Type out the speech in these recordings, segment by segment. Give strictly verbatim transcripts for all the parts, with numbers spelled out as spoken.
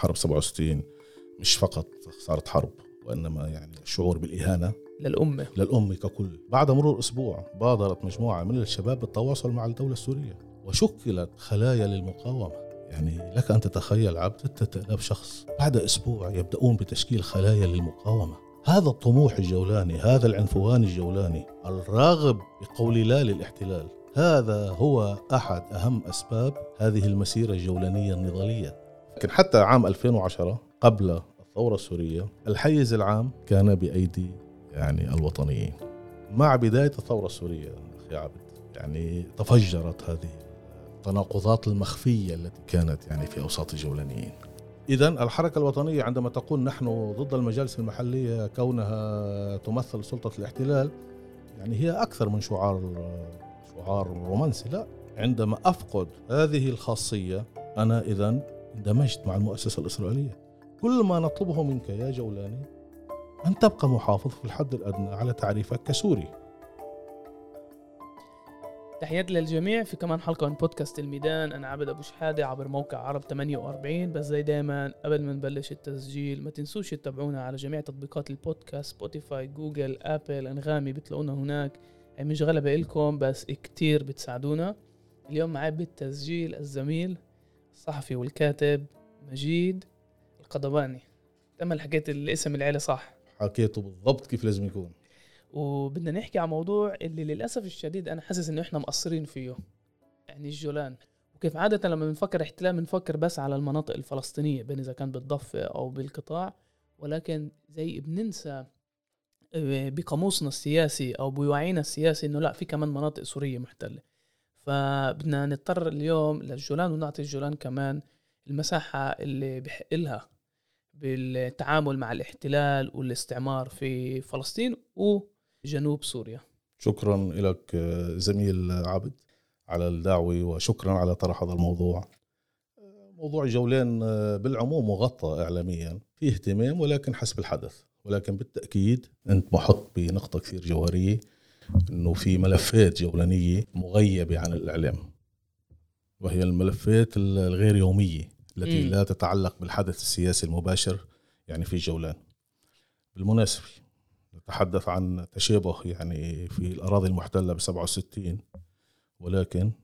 حرب سبعة وستين مش فقط صارت حرب، وإنما يعني الشعور بالإهانة للأمة للأمة ككل. بعد مرور أسبوع بادرت مجموعة من الشباب بالتواصل مع الدولة السورية، وشكلت خلايا للمقاومة. يعني لك أن تتخيل عبد ستة آلاف شخص بعد أسبوع يبدأون بتشكيل خلايا للمقاومة. هذا الطموح الجولاني، هذا العنفوان الجولاني الراغب بقول لا للاحتلال، هذا هو أحد أهم أسباب هذه المسيرة الجولانية النضالية. لكن حتى عام ألفين وعشرة قبل الثورة السورية الحيز العام كان بأيدي يعني الوطنيين. مع بداية الثورة السورية أخي عبد يعني تفجرت هذه التناقضات المخفية التي كانت يعني في أوساط الجولانيين. إذن الحركة الوطنية عندما تقول نحن ضد المجالس المحلية كونها تمثل سلطة الاحتلال، يعني هي أكثر من شعار شعار رومانسي. لا، عندما أفقد هذه الخاصية أنا إذن اندمجت مع المؤسسة الإسرائيلية. كل ما نطلبه منك يا جولاني أن تبقى محافظ في الحد الأدنى على تعريفك كسوري. تحياتي للجميع في كمان حلقة من بودكاست الميدان. أنا عبد أبو شحادة عبر موقع عرب ثمانية وأربعين. بس زي دايما قبل ما نبلش التسجيل ما تنسوش تتابعونا على جميع تطبيقات البودكاست، سبوتيفاي، جوجل، أبل، أنغامي، بتلاقونا هناك. هي مش غلبة إلكم بس كتير بتساعدونا. اليوم معي بالتسجيل الزميل الصحفي والكاتب مجيد القضباني. تمام حكيت الاسم العيلة صح؟ حكيته بالضبط كيف لازم يكون. وبدنا نحكي عن موضوع اللي للأسف الشديد أنا حاسس إنه إحنا مقصرين فيه، يعني الجولان. وكيف عادة لما بنفكر احتلال بنفكر بس على المناطق الفلسطينية بين إذا كان بالضفة أو بالقطاع، ولكن زي بننسى بقاموسنا السياسي أو بوعينا السياسي إنه لا، في كمان مناطق سورية محتلة. فبدنا نضطر اليوم للجولان ونعطي الجولان كمان المساحة اللي بحق لها بالتعامل مع الاحتلال والاستعمار في فلسطين وجنوب سوريا. شكرا لك زميل عبد على الدعوة، وشكرا على طرح هذا الموضوع. موضوع الجولان بالعموم مغطى إعلاميا، فيه اهتمام ولكن حسب الحدث. ولكن بالتأكيد أنت محط بنقطة كثير جوهرية، أنه في ملفات جولانية مغيبة عن الإعلام، وهي الملفات الغير يومية التي م. لا تتعلق بالحدث السياسي المباشر يعني في جولان. بالمناسبة نتحدث عن تشابه يعني في الأراضي المحتلة بسبعة وستين، ولكن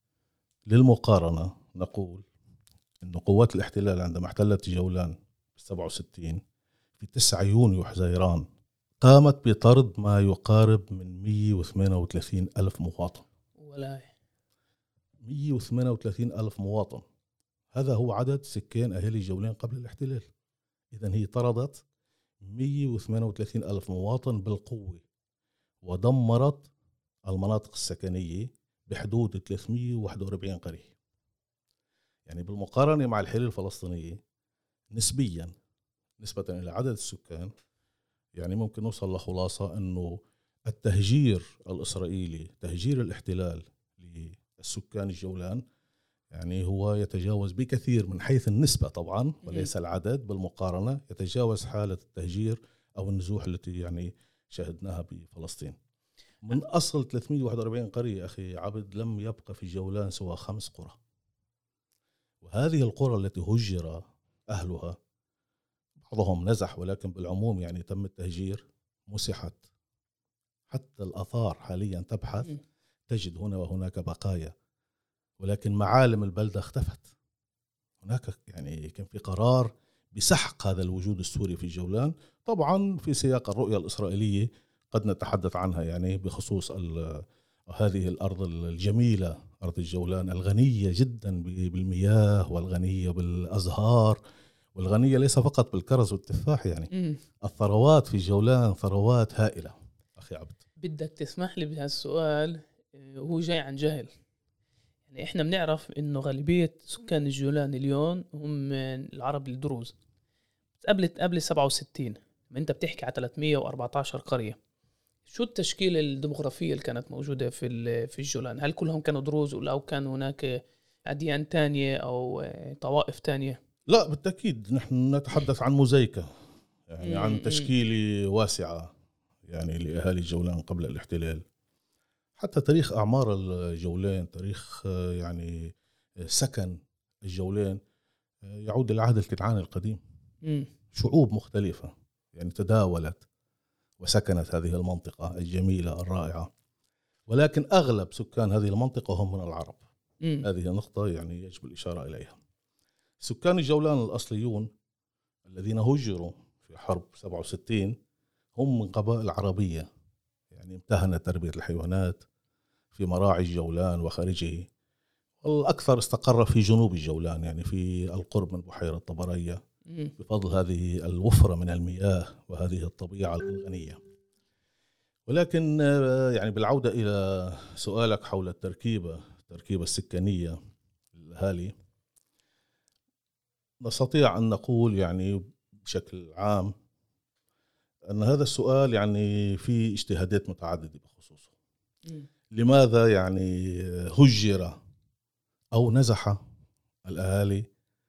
للمقارنة نقول أن قوات الاحتلال عندما احتلت جولان بسبعة وستين في تسعة يونيو حزيران قامت بطرد ما يقارب من مئة وثمانية وثلاثين ألف مواطن. ولا مئة وثمانية وثلاثين ألف مواطن، هذا هو عدد سكان أهالي جولان قبل الاحتلال. إذن هي طردت مئة وثمانية وثلاثين ألف مواطن بالقوة، ودمرت المناطق السكنية بحدود ثلاثمئة وواحد وأربعين قرية. يعني بالمقارنة مع الحيلة الفلسطينية نسبيا نسبة إلى عدد السكان، يعني ممكن نوصل لخلاصة أنه التهجير الإسرائيلي، تهجير الاحتلال للسكان الجولان، يعني هو يتجاوز بكثير من حيث النسبة طبعا وليس العدد، بالمقارنة يتجاوز حالة التهجير أو النزوح التي يعني شاهدناها بفلسطين. من أصل ثلاثمئة وواحد وأربعين قرية أخي عبد لم يبقى في جولان سوى خمس قرى، وهذه القرى التي هجر أهلها بعضهم نزح ولكن بالعموم يعني تم التهجير، مسحت. حتى الآثار حاليا تبحث تجد هنا وهناك بقايا، ولكن معالم البلدة اختفت. هناك يعني كان في قرار بسحق هذا الوجود السوري في الجولان، طبعا في سياق الرؤية الإسرائيلية قد نتحدث عنها يعني بخصوص هذه الأرض الجميلة، أرض الجولان الغنية جدا بالمياه والغنية بالأزهار والغنية ليس فقط بالكرز والتفاح. يعني م. الثروات في الجولان ثروات هائلة أخي عبد. بدك تسمح لي بهالسؤال وهو جاي عن جهل. يعني إحنا بنعرف إنه غالبية سكان الجولان اليوم هم العرب الدروز. قبل قبل سبعة وستين ما أنت بتحكي على ثلاثمئة وأربعة عشر قرية. شو التشكيلة الديموغرافية اللي كانت موجودة في في الجولان؟ هل كلهم كانوا دروز أو كان هناك أديان تانية أو طوائف تانية؟ لا بالتأكيد نحن نتحدث عن مزيكا، يعني عن تشكيلة واسعة يعني لأهالي الجولان قبل الاحتلال. حتى تاريخ أعمار الجولان، تاريخ يعني سكن الجولان يعود للعهد الكنعاني القديم. مم. شعوب مختلفة يعني تداولت وسكنت هذه المنطقة الجميلة الرائعة، ولكن أغلب سكان هذه المنطقة هم من العرب. مم. هذه نقطة يعني يجب الإشارة إليها. سكان الجولان الأصليون الذين هجروا في حرب سبعة وستين هم من قبائل عربية، يعني امتهنت تربية الحيوانات في مراعي الجولان وخارجه، والأكثر استقر في جنوب الجولان يعني في القرب من بحيرة طبرية بفضل هذه الوفرة من المياه وهذه الطبيعة الغنية. ولكن يعني بالعودة إلى سؤالك حول التركيبة التركيبة السكانية للأهالي، نستطيع أن نقول يعني بشكل عام أن هذا السؤال يعني فيه اجتهادات متعددة بخصوصه. لماذا يعني هجر أو نزح الأهالي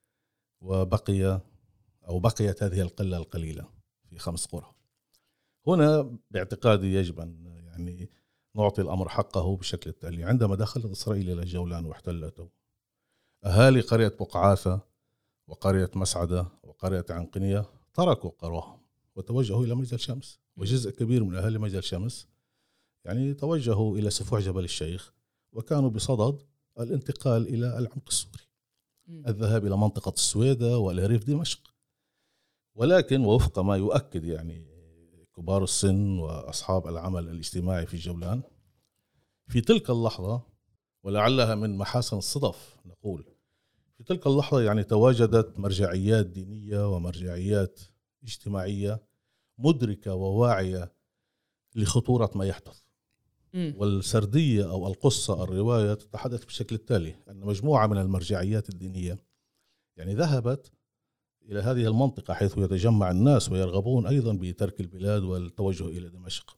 وبقي أو بقيت هذه القلة القليلة في خمس قرى؟ هنا باعتقادي يجب أن يعني نعطي الأمر حقه بشكل التالي. عندما دخلت إسرائيل إلى الجولان واحتلته، أهالي قرية بقعاثة وقرية مسعدة وقرية عنقنية تركوا قراهم وتوجهوا إلى مجدل شمس، وجزء كبير من أهالي مجدل شمس يعني توجهوا إلى سفوح جبل الشيخ، وكانوا بصدد الانتقال إلى العمق السوري، الذهاب إلى منطقة السويدة وإلى ريف دمشق. ولكن وفق ما يؤكد يعني كبار السن وأصحاب العمل الاجتماعي في الجولان، في تلك اللحظة ولعلها من محاسن الصدف نقول في تلك اللحظة يعني تواجدت مرجعيات دينية ومرجعيات اجتماعية مدركة وواعية لخطورة ما يحدث. م. والسردية أو القصة الرواية تتحدث بشكل التالي: أن مجموعة من المرجعيات الدينية يعني ذهبت إلى هذه المنطقة حيث يتجمع الناس ويرغبون أيضا بترك البلاد والتوجه إلى دمشق،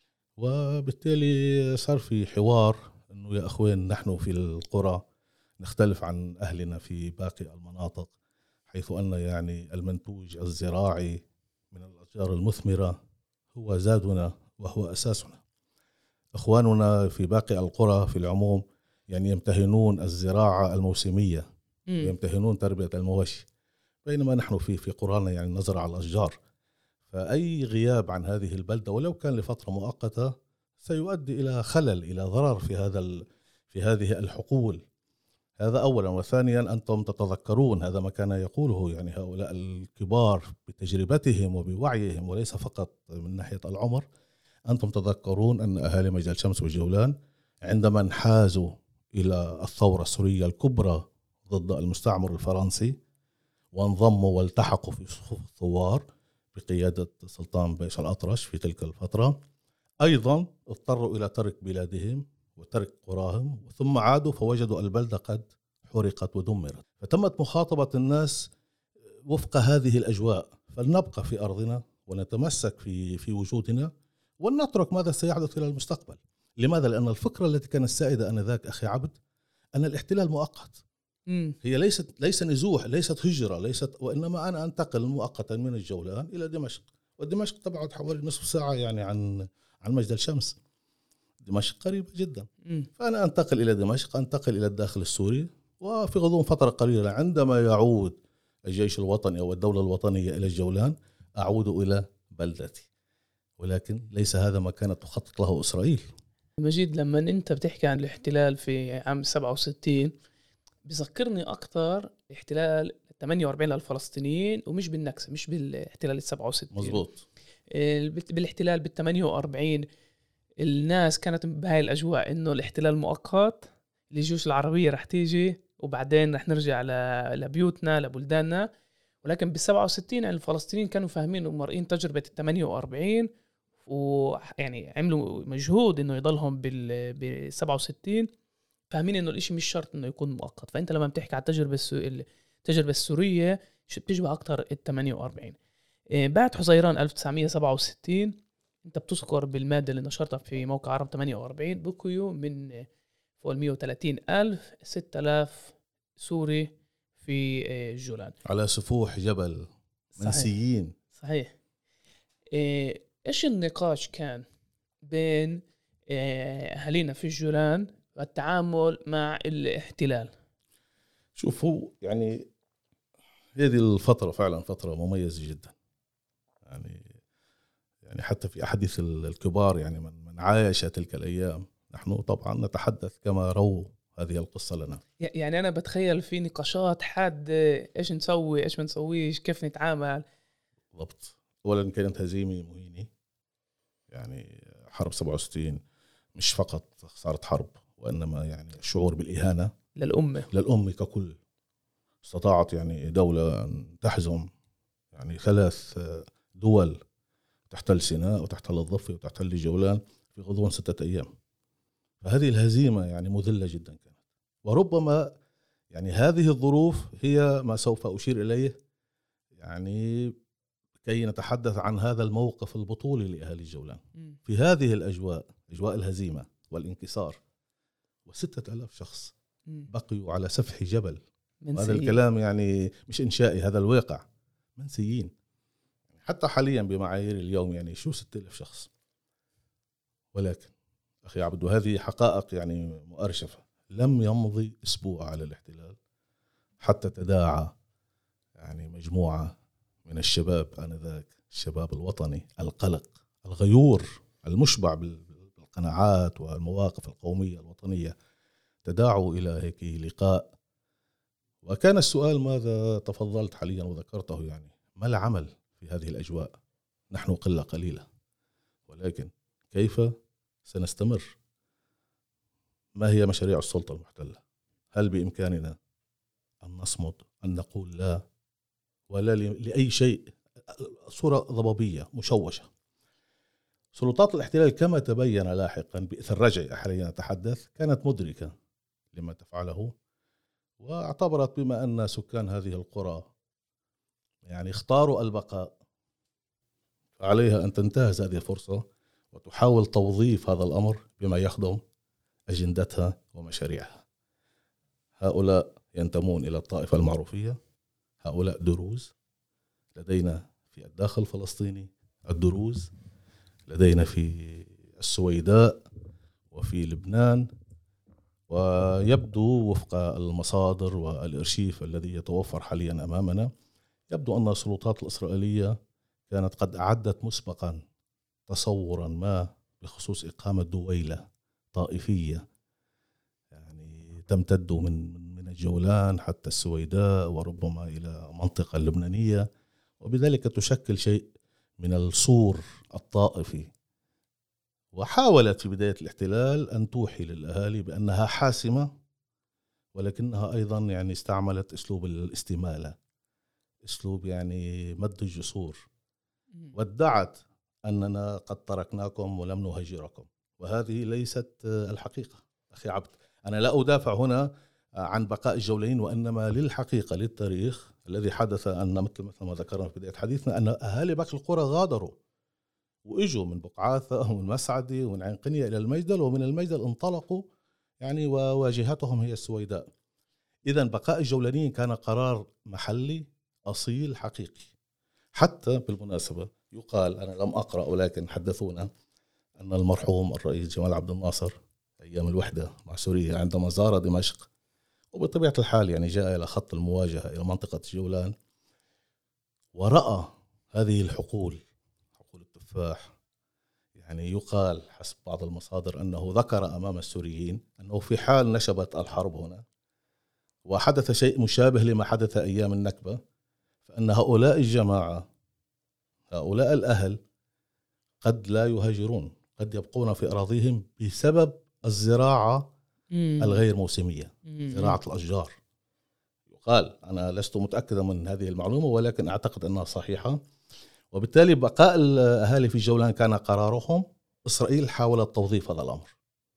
وبالتالي صار في حوار أنه يا أخوين نحن في القرى نختلف عن أهلنا في باقي المناطق، حيث أن يعني المنتوج الزراعي من الأشجار المثمرة هو زادنا وهو أساسنا. إخواننا في باقي القرى في العموم يعني يمتهنون الزراعة الموسمية ويمتهنون تربية المواشي، بينما نحن في في قرانا يعني نزرع الأشجار. فأي غياب عن هذه البلدة ولو كان لفترة مؤقتة سيؤدي إلى خلل إلى ضرر في هذا في هذه الحقول. هذا أولا. وثانيا أنتم تتذكرون هذا ما كان يقوله يعني هؤلاء الكبار بتجربتهم وبوعيهم وليس فقط من ناحية العمر. أنتم تذكرون أن أهالي مجدل شمس والجولان عندما انحازوا إلى الثورة السورية الكبرى ضد المستعمر الفرنسي وانضموا والتحقوا في صفوف الثوار بقيادة سلطان بيش الأطرش في تلك الفترة، أيضا اضطروا إلى ترك بلادهم وترك قراهم، ثم عادوا فوجدوا البلدة قد حرقت ودمرت. فتمت مخاطبة الناس وفق هذه الأجواء: فلنبقى في أرضنا ونتمسك في في وجودنا ونترك ماذا سيحدث إلى المستقبل. لماذا؟ لأن الفكرة التي كانت سائدة آنذاك أخي عبد أن الاحتلال مؤقت. مم. هي ليست ليس نزوح، ليست هجرة، ليست، وإنما أنا أنتقل مؤقتا من الجولان إلى دمشق، ودمشق تبعد حوالي نصف ساعة يعني عن عن مجدل شمس. دمشق قريبة جدا. مم. فأنا أنتقل إلى دمشق، أنتقل إلى الداخل السوري، وفي غضون فترة قليلة عندما يعود الجيش الوطني أو الدولة الوطنية إلى الجولان أعود إلى بلدتي. ولكن ليس هذا ما كانت تخطط له إسرائيل. مجيد، لما أنت بتحكي عن الاحتلال في عام سبعة وستين بذكرني أكتر احتلال ثمانية وأربعين للفلسطينيين، ومش بالنكسة، مش بالاحتلال سبعة وستين. مزبوط. بالاحتلال بالثمانية وأربعين الناس كانت بهاي الأجواء إنه الاحتلال مؤقت، الجيوش العربية رح تيجي وبعدين رح نرجع لبيوتنا لبلداننا. ولكن بالسبعة وستين الفلسطينيين كانوا فاهمين ومرئين تجربة الثمانية وأربعين، ويعني عملوا مجهود إنه يضلهم بالسبعة وستين فاهمين إنه الإشي مش شرط إنه يكون مؤقت. فأنت لما بتحكي على التجربة التجربة السورية بتشبه أكتر الثمانية وأربعين. بعد حزيران ألف وتسعمية سبعة وستين انت بتذكر بالمادة اللي نشرتها في موقع عرب ثمانية وأربعين بقيوا من فوق مية وثلاثين ألف ستة آلاف سوري في الجولان على سفوح جبل منسيين. صحيح. ايش النقاش كان بين أهالينا في الجولان والتعامل مع الاحتلال؟ شوفوا يعني هذه الفترة فعلا فترة مميزة جدا. يعني يعني حتى في أحاديث الكبار يعني من من عايش تلك الأيام، نحن طبعا نتحدث كما رووا هذه القصة لنا. يعني أنا بتخيل في نقاشات حادة، إيش نسوي إيش ما نسويش، كيف نتعامل. بالضبط. أولا كانت هزيمة مهينة، يعني حرب سبعة وستين مش فقط خسارة حرب، وإنما يعني الشعور بالإهانة للأمة للأمة ككل. استطاعت يعني دولة أن تحزم يعني ثلاث دول، تحتل سيناء وتحتل الضفة وتحتل جولان في غضون ستة أيام. فهذه الهزيمة يعني مذلة جدا كانت، وربما يعني هذه الظروف هي ما سوف أشير إليه يعني كي نتحدث عن هذا الموقف البطولي لأهالي الجولان في هذه الأجواء، أجواء الهزيمة والانكسار، وستة ألاف شخص بقيوا على سفح جبل. هذا الكلام يعني مش إنشائي، هذا الواقع، منسيين. حتى حاليا بمعايير اليوم يعني شو ستة ألاف شخص. ولكن أخي عبدو هذه حقائق يعني مؤرشفة. لم يمضي أسبوع على الاحتلال حتى تداعى يعني مجموعة من الشباب آنذاك، الشباب الوطني القلق الغيور المشبع بالقناعات والمواقف القومية الوطنية، تداعوا إلى هيك لقاء. وكان السؤال ماذا تفضلت حاليا وذكرته، يعني ما العمل في هذه الأجواء؟ نحن قلة قليلة، ولكن كيف سنستمر؟ ما هي مشاريع السلطة المحتلة؟ هل بإمكاننا أن نصمد، أن نقول لا ولا لأي شيء؟ صورة ضبابية مشوشة. سلطات الاحتلال كما تبين لاحقا بإثر رجعي حاليا نتحدث كانت مدركة لما تفعله، واعتبرت بما أن سكان هذه القرى يعني اختاروا البقاء، فعليها أن تنتهز هذه الفرصة وتحاول توظيف هذا الأمر بما يخدم أجندتها ومشاريعها. هؤلاء ينتمون إلى الطائفة المعروفية، هؤلاء دروز. لدينا في الداخل الفلسطيني الدروز، لدينا في السويداء وفي لبنان، ويبدو وفق المصادر والإرشيف الذي يتوفر حاليا أمامنا، يبدو أن السلطات الإسرائيلية كانت قد أعدت مسبقا تصورا ما بخصوص إقامة دويلة طائفية يعني تمتد من من الجولان حتى السويداء وربما إلى منطقة اللبنانية، وبذلك تشكل شيء من السور الطائفي. وحاولت في بداية الاحتلال أن توحي للأهالي بأنها حاسمة، ولكنها أيضا يعني استعملت أسلوب الاستمالة، أسلوب يعني مد الجسور، وادعت أننا قد تركناكم ولم نهجركم، وهذه ليست الحقيقة. أخي عبد، أنا لا أدافع هنا عن بقاء الجولين، وإنما للحقيقة للتاريخ الذي حدث أن مثل مثل ما ذكرنا في بداية حديثنا أن أهالي باقي القرى غادروا وإجوا من بقعاثة ومن مسعدي ومن عين قنية إلى المجدل، ومن المجدل انطلقوا يعني وواجهتهم هي السويداء. إذن بقاء الجولانيين كان قرار محلي أصيل حقيقي. حتى بالمناسبة يقال، أنا لم أقرأ ولكن حدثونا أن المرحوم الرئيس جمال عبد الناصر أيام الوحدة مع سوريا عندما زار دمشق، وبطبيعة الحال يعني جاء إلى خط المواجهة إلى منطقة جولان، ورأى هذه الحقول، حقول التفاح، يعني يقال حسب بعض المصادر أنه ذكر أمام السوريين أنه في حال نشبت الحرب هنا وحدث شيء مشابه لما حدث أيام النكبة، فأن هؤلاء الجماعة، هؤلاء الأهل قد لا يهاجرون، قد يبقون في أراضيهم بسبب الزراعة الغير موسمية، زراعة الأشجار. يقال، أنا لست متأكدا من هذه المعلومة ولكن أعتقد أنها صحيحة. وبالتالي بقاء الأهالي في جولان كان قرارهم. إسرائيل حاولت توظيف هذا الأمر،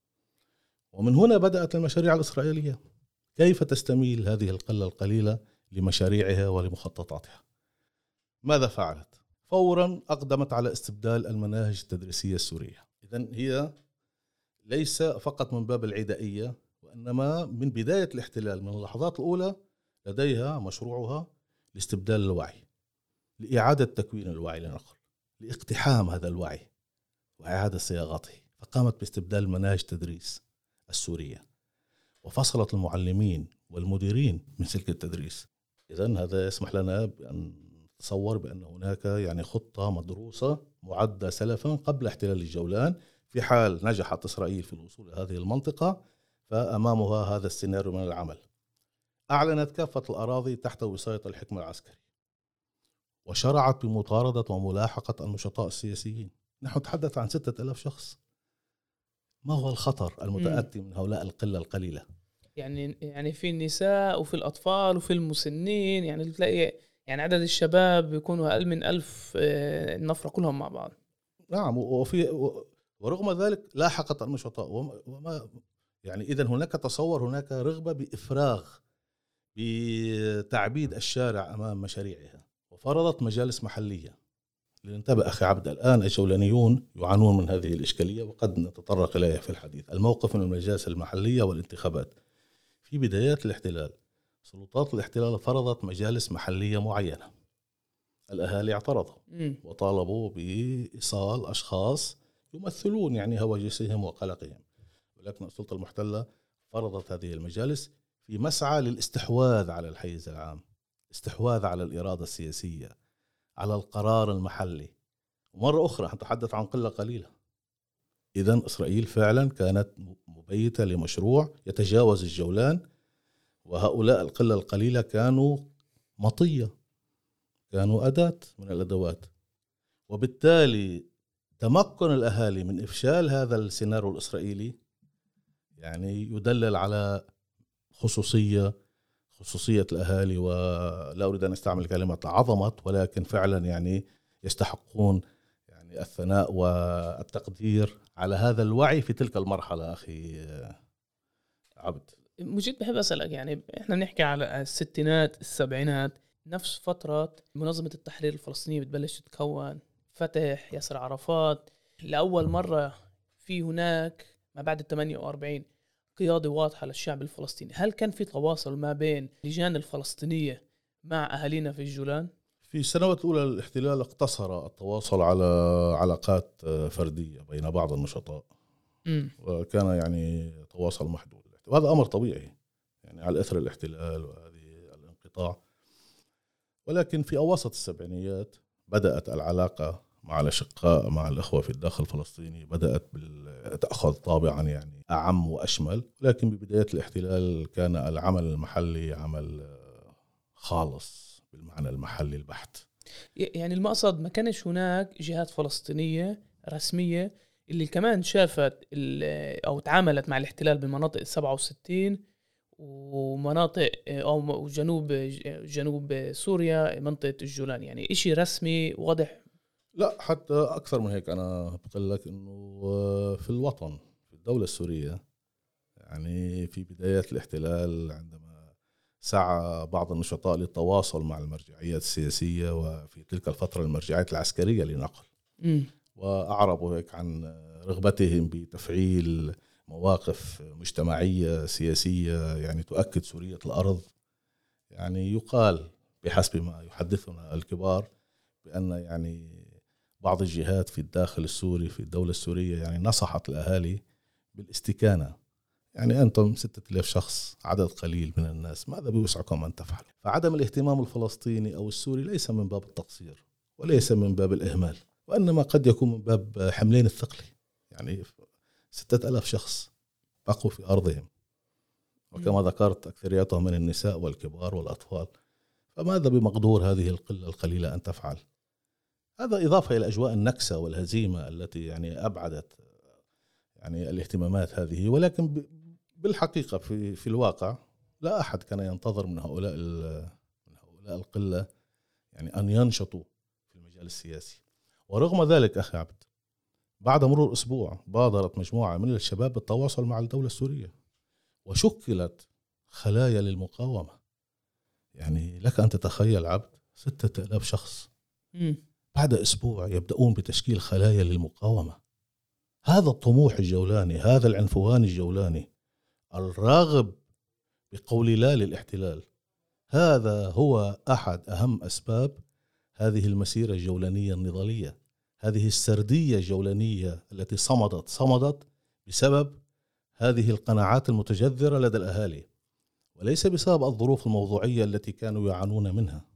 ومن هنا بدأت المشاريع الإسرائيلية. كيف تستميل هذه القلة القليلة لمشاريعها ولمخططاتها؟ ماذا فعلت؟ فورا أقدمت على استبدال المناهج التدريسية السورية. إذن هي ليس فقط من باب العدائية، وإنما من بداية الاحتلال من اللحظات الأولى لديها مشروعها لاستبدال الوعي، لإعادة تكوين الوعي لنقل، لاقتحام هذا الوعي وإعادة صياغته. فقامت باستبدال مناهج التدريس السورية، وفصلت المعلمين والمديرين من سلك التدريس. إذن هذا يسمح لنا بأن نتصور بأن هناك يعني خطة مدروسة معدة سلفا قبل احتلال الجولان. في حال نجحت إسرائيل في الوصول إلى هذه المنطقة فأمامها هذا السيناريو من العمل. أعلنت كافة الأراضي تحت وصاية الحكم العسكري، وشرعت بمطاردة وملاحقة النشطاء السياسيين. نحن نتحدث عن ستة ألاف شخص. ما هو الخطر المتأتي من هؤلاء القلة القليلة؟ يعني يعني في النساء وفي الأطفال وفي المسنين، يعني تلاقي يعني عدد الشباب بيكونوا أقل من ألف النفرة كلهم مع بعض. نعم. وفي ورغم ذلك لاحقت النشطاء وما يعني إذن هناك تصور، هناك رغبة بإفراغ بتعبيد الشارع أمام مشاريعها، وفرضت مجالس محلية. لننتبه أخي عبد، الآن الجولانيون يعانون من هذه الإشكالية وقد نتطرق إليها في الحديث. الموقف من المجالس المحلية والانتخابات. في بدايات الاحتلال سلطات الاحتلال فرضت مجالس محلية معينة، الأهالي اعترضوا وطالبوا بإيصال أشخاص يمثلون يعني هواجسهم وقلقهم، ولكن السلطة المحتلة فرضت هذه المجالس في مسعى للاستحواذ على الحيز العام، استحواذ على الإرادة السياسية، على القرار المحلي. ومرة أخرى نتحدث عن قلة قليلة. إذن إسرائيل فعلا كانت مبيتة لمشروع يتجاوز الجولان، وهؤلاء القلة القليلة كانوا مطية، كانوا أداة من الأدوات. وبالتالي تمكن الأهالي من إفشال هذا السيناريو الإسرائيلي يعني يدلل على خصوصية خصوصية الأهالي، ولا أريد أن أستعمل كلمة عظمة، ولكن فعلا يعني يستحقون يعني الثناء والتقدير على هذا الوعي في تلك المرحلة. أخي عبد مجيد، بحب أسألك، يعني إحنا بنحكي على الستينات السبعينات، نفس فترة منظمة التحرير الفلسطينية بتبلش تتكون، فتح ياسر عرفات لأول مرة في هناك ما بعد الثمانية وأربعين قيادة واضحة للشعب الفلسطيني. هل كان في تواصل ما بين اللجان الفلسطينية مع أهالينا في الجولان؟ في السنوات الأولى للاحتلال اقتصر التواصل على علاقات فردية بين بعض النشطاء، م. وكان يعني تواصل محدود، وهذا أمر طبيعي يعني على أثر الاحتلال وهذه الانقطاع. ولكن في أواسط السبعينيات بدأت العلاقة مع الأشقاء مع الأخوة في الداخل الفلسطيني بدأت تأخذ طابعا يعني أعم وأشمل. لكن ببداية الاحتلال كان العمل المحلي عمل خالص بالمعنى المحلي البحت. يعني المقصد ما كانش هناك جهات فلسطينية رسمية اللي كمان شافت أو تعاملت مع الاحتلال بالمناطق السبعة وستين ومناطق أو جنوب جنوب سوريا منطقة الجولان، يعني إشي رسمي واضح. لا، حتى أكثر من هيك. أنا بقول لك إنه في الوطن في الدولة السورية يعني في بداية الاحتلال عندما سعى بعض النشطاء للتواصل مع المرجعيات السياسية، وفي تلك الفترة المرجعيات العسكرية لنقل، م. وأعربوا هيك عن رغبتهم بتفعيل مواقف مجتمعية سياسية يعني تؤكد سورية الأرض. يعني يقال بحسب ما يحدثنا الكبار بأن يعني بعض الجهات في الداخل السوري في الدولة السورية يعني نصحت الأهالي بالاستكانة. يعني أنتم ستة آلاف شخص، عدد قليل من الناس، ماذا بيوسعكم أن تفعل؟ فعدم الاهتمام الفلسطيني أو السوري ليس من باب التقصير وليس من باب الإهمال، وإنما قد يكون من باب حملين الثقل. يعني ستة ألاف شخص بقوا في أرضهم، وكما ذكرت أكثريتهم من النساء والكبار والأطفال، فماذا بمقدور هذه القلة القليلة أن تفعل؟ هذا إضافة إلى أجواء النكسة والهزيمة التي يعني أبعدت يعني الاهتمامات هذه. ولكن بالحقيقة في في الواقع لا أحد كان ينتظر من هؤلاء من هؤلاء القلة يعني أن ينشطوا في المجال السياسي. ورغم ذلك أخي عبد، بعد مرور أسبوع بادرت مجموعة من الشباب بالتواصل مع الدولة السورية، وشكلت خلايا للمقاومة. يعني لك أن تتخيل عبد، ستة آلاف شخص م. بعد أسبوع يبدأون بتشكيل خلايا للمقاومة. هذا الطموح الجولاني، هذا العنفوان الجولاني الراغب بقول لا للاحتلال، هذا هو أحد أهم أسباب هذه المسيرة الجولانية النضالية، هذه السردية الجولانية التي صمدت صمدت بسبب هذه القناعات المتجذرة لدى الأهالي. وليس بسبب الظروف الموضوعية التي كانوا يعانون منها.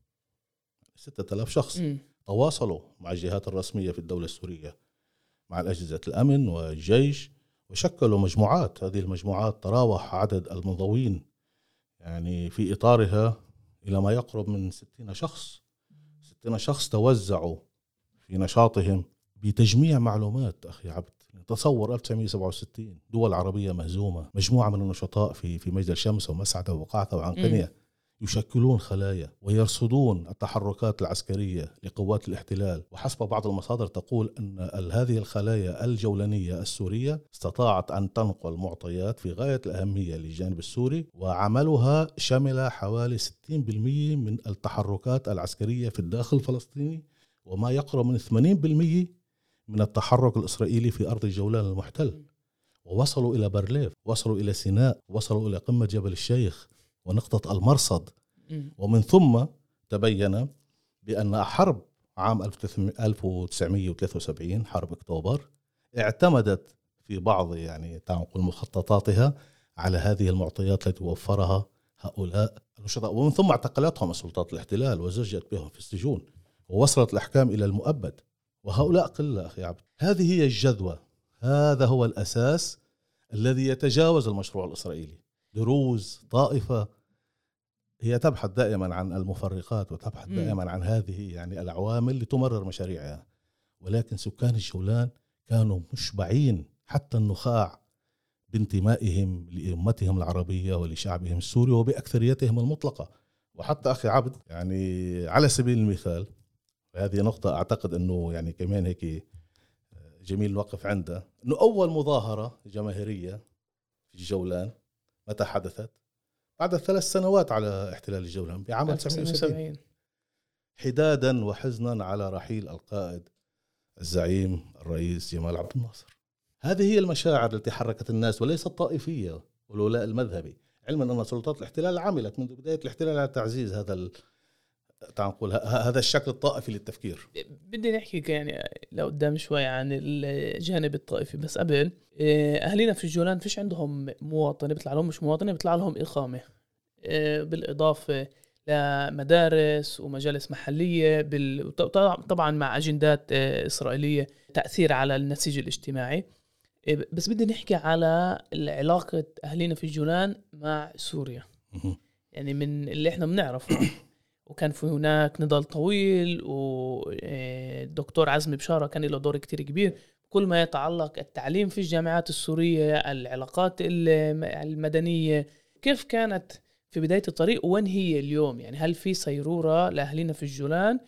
ستة آلاف شخص م. تواصلوا مع الجهات الرسمية في الدولة السورية، مع الأجهزة الأمن والجيش، وشكلوا مجموعات. هذه المجموعات تراوح عدد المنضوين يعني في إطارها إلى ما يقرب من ستين شخص. ستين شخص توزعوا في نشاطهم بتجميع معلومات. أخي عبد، تصور ألف وتسعمائة وسبعة وستين دول عربية مهزومة، مجموعة من النشطاء في في مجد الشمس ومسعدة وقعثة وعنقنية يشكلون خلايا ويرصدون التحركات العسكرية لقوات الاحتلال. وحسب بعض المصادر تقول أن هذه الخلايا الجولانية السورية استطاعت أن تنقل معطيات في غاية الأهمية للجانب السوري، وعملها شمل حوالي ستين بالمئة من التحركات العسكرية في الداخل الفلسطيني، وما يقرب من ثمانين بالمئة من التحرك الإسرائيلي في أرض الجولان المحتل. ووصلوا إلى برليف، وصلوا إلى سيناء، وصلوا إلى قمة جبل الشيخ ونقطة المرصد. ومن ثم تبين بأن حرب عام ألف وتسعمائة وثلاثة وسبعين، حرب أكتوبر، اعتمدت في بعض يعني تنقل مخططاتها على هذه المعطيات التي وفرها هؤلاء النشطاء. ومن ثم اعتقلتهم سلطات الاحتلال وزجت بهم في السجون، ووصلت الأحكام إلى المؤبد. وهؤلاء قلة أخي عبد. هذه هي الجذوة، هذا هو الأساس الذي يتجاوز المشروع الإسرائيلي. دروز، طائفة، هي تبحث دائما عن المفرقات وتبحث دائما عن هذه يعني العوامل لتمرر مشاريعها. ولكن سكان الجولان كانوا مشبعين حتى النخاع بانتمائهم لأمتهم العربية ولشعبهم السوري وبأكثريتهم المطلقة. وحتى أخي عبد يعني على سبيل المثال، وهذه نقطة أعتقد أنه يعني كمان هيك جميل نوقف عنده، أنه أول مظاهرة جماهيرية في الجولان متى حدثت؟ بعد ثلاث سنوات على احتلال الجولان بعام ألف وتسعمائة وسبعين، حدادا وحزنا على رحيل القائد الزعيم الرئيس جمال عبد الناصر. هذه هي المشاعر التي حركت الناس وليس الطائفية والولاء المذهبي، علما أن سلطات الاحتلال عملت منذ بداية الاحتلال على تعزيز هذا تنقول هذا الشكل الطائفي للتفكير. بدي نحكي يعني لقدام شوي عن الجانب الطائفي، بس قبل أهلنا في الجولان فيش عندهم مواطنة بيطلع لهم، مش مواطنة بيطلع لهم إقامة، بالإضافة لمدارس ومجالس محلية بال... طبعا مع أجندات إسرائيلية تأثير على النسيج الاجتماعي. بس بدي نحكي على علاقة أهلنا في الجولان مع سوريا، يعني من اللي احنا بنعرفه. وكان في هناك نضال طويل، والدكتور عزمي بشارة كان له دور كتير كبير كل ما يتعلق التعليم في الجامعات السورية، العلاقات المدنية، كيف كانت في بداية الطريق وين هي اليوم. يعني هل في صيرورة لأهلنا في الجولان؟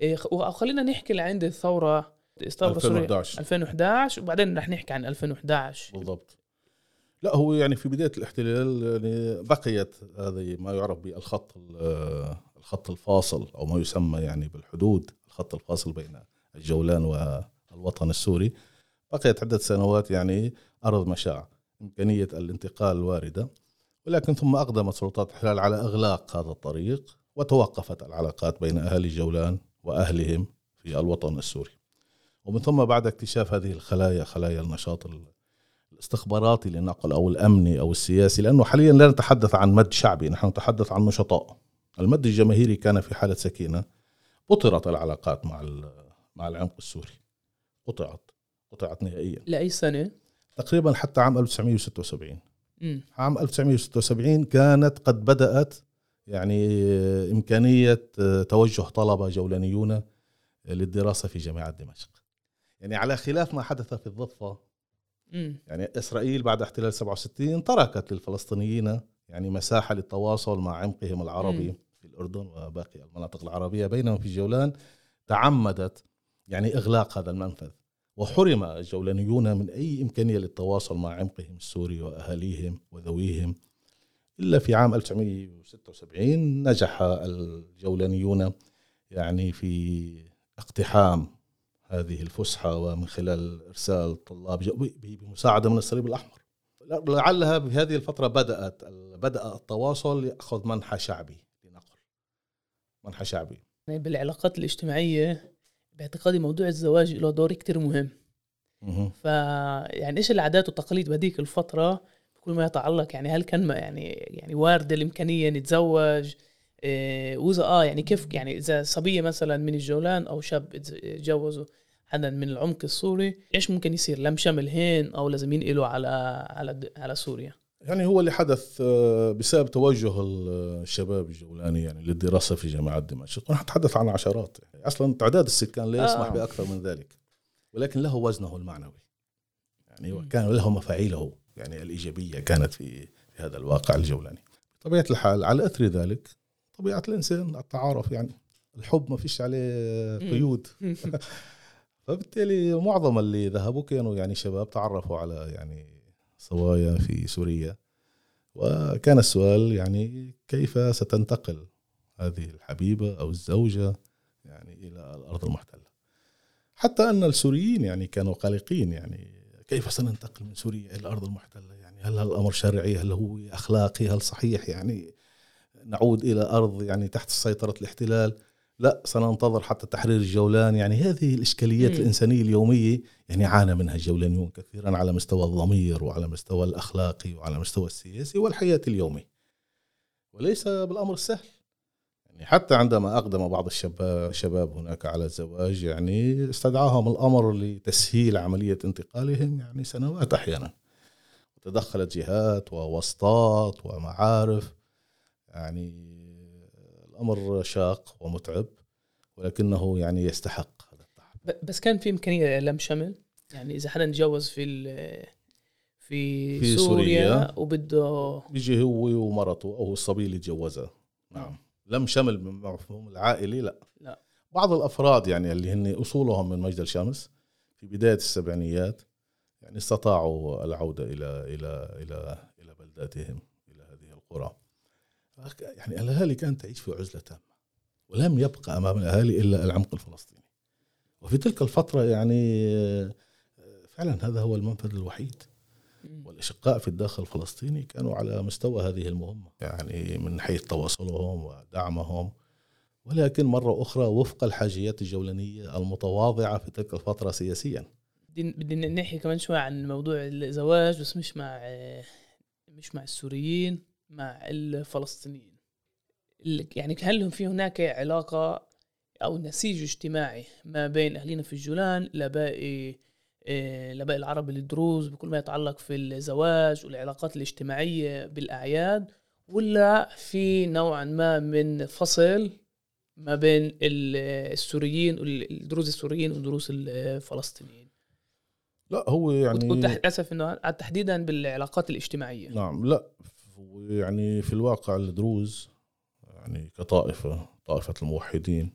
وخلينا نحكي لعند الثورة ألفين وإحدى عشر ألفين وإحدى عشر وبعدين رح نحكي عن ألفين وإحدى عشر بالضبط. لا هو يعني في بداية الاحتلال يعني بقيت هذه ما يعرف بالخط الخط الفاصل أو ما يسمى يعني بالحدود، الخط الفاصل بين الجولان والوطن السوري. بقيت عدة سنوات يعني أرض مشاع، إمكانية الانتقال واردة، ولكن ثم أقدمت سلطات الاحتلال على إغلاق هذا الطريق، وتوقفت العلاقات بين أهل الجولان وأهلهم في الوطن السوري. ومن ثم بعد اكتشاف هذه الخلايا، خلايا النشاط الاستخباراتي لنقل أو الأمني أو السياسي، لأنه حاليا لا نتحدث عن مد شعبي، نحن نتحدث عن نشطاء. المد الجماهيري كان في حالة سكينة. قطعت العلاقات مع مع العمق السوري، قطعت قطعت نهائيا. لأي سنة؟ تقريبا حتى عام ألف وتسعمائة وستة وسبعين. عام ألف وتسعمائة وستة وسبعين كانت قد بدأت يعني إمكانية توجه طلبة جولانيون للدراسة في جامعة دمشق، يعني على خلاف ما حدث في الضفة. يعني إسرائيل بعد احتلال سبعة وستين تركت للفلسطينيين يعني مساحة للتواصل مع عمقهم العربي م. في الأردن وباقي المناطق العربية، بينما في الجولان تعمدت يعني إغلاق هذا المنفذ، وحرم الجولانيون من أي إمكانية للتواصل مع عمقهم السوري وأهاليهم وذويهم. إلا في عام ألف وتسعمائة وستة وسبعين نجح الجولانيون يعني في اقتحام هذه الفسحة، ومن خلال إرسال طلاب بمساعدة من الصليب الأحمر. لعلها بهذه الفترة بدأت بدأ التواصل يأخذ منحى شعبي لنقل منحى شعبي. يعني بالعلاقات الاجتماعية باعتقادي موضوع الزواج له دور كتير مهم. فيعني إيش العادات والتقاليد بهذيك الفترة بكل ما يتعلق يعني هل كان يعني يعني وارد الإمكانية نتزوج إيه، وإذا آه يعني كيف يعني إذا صبية مثلا من الجولان أو شاب يتجوزوا حدا من العمق السوري إيش ممكن يصير؟ لم شمل هين أو لازم ينقلوا على على على سوريا؟ يعني هو اللي حدث بسبب توجه الشباب الجولاني يعني للدراسة في جامعة دمشق، ونتحدث عن عشرات يعني أصلا تعداد السكان لا يسمح آه. بأكثر من ذلك، ولكن له وزنه المعنوي يعني وكان له مفاعيله يعني الإيجابية كانت في هذا الواقع الجولاني. بطبيعة الحال على أثر ذلك طبيعة الإنسان التعارف، يعني الحب ما فيش عليه قيود فبالتالي معظم اللي ذهبوا كانوا يعني شباب تعرفوا على يعني صوايا في سوريا، وكان السؤال يعني كيف ستنتقل هذه الحبيبة أو الزوجة يعني إلى الأرض المحتلة. حتى أن السوريين يعني كانوا قلقين، يعني كيف سننتقل من سوريا إلى الأرض المحتلة، يعني هل الأمر شرعي، هل هو أخلاقي، هل صحيح يعني نعود إلى أرض يعني تحت سيطرة الاحتلال، لا سننتظر حتى تحرير الجولان. يعني هذه الإشكاليات م. الإنسانية اليومية يعني عانى منها الجولانيون كثيرا على مستوى الضمير وعلى مستوى الأخلاقي وعلى مستوى السياسي والحياة اليومي، وليس بالأمر السهل. يعني حتى عندما أقدم بعض الشباب هناك على الزواج يعني استدعاهم الأمر لتسهيل عملية انتقالهم يعني سنوات أحيانا، وتدخلت جهات ووسطات ومعارف. يعني الأمر شاق ومتعب، ولكنه يعني يستحق هذا التعب. بس كان في إمكانية لم شمل، يعني إذا حدا نتجوز في في, في سوريا, سوريا وبده بيجي هو ومرته أو الصبي اللي تجوزها. نعم. لم شمل بمفهوم العائلي لا. لا. بعض الأفراد يعني اللي هن أصولهم من مجد الشمس في بداية السبعينيات يعني استطاعوا العودة إلى إلى إلى إلى بلداتهم، إلى هذه القرى. يعني الأهالي كانت تعيش في عزلة تامة، ولم يبقى أمام الأهالي إلا العمق الفلسطيني. وفي تلك الفترة يعني فعلا هذا هو المنفذ الوحيد، والأشقاء في الداخل الفلسطيني كانوا على مستوى هذه المهمة يعني من حيث تواصلهم ودعمهم، ولكن مرة أخرى وفق الحاجيات الجولانية المتواضعة في تلك الفترة سياسيا. بدنا نحكي كمان شوي عن موضوع الزواج، بس مش مع مش مع السوريين، مع الفلسطينيين. يعني هل في هناك علاقة أو نسيج اجتماعي ما بين أهلنا في الجولان لباقي لباقي العرب الدروز بكل ما يتعلق في الزواج والعلاقات الاجتماعية بالأعياد، ولا في نوعا ما من فصل ما بين السوريين والدروز السوريين والدروز الفلسطينيين؟ لا هو يعني وتحت أسف إنه تحديدا بالعلاقات الاجتماعية. نعم لا يعني في الواقع الدروز يعني كطائفة طائفة الموحدين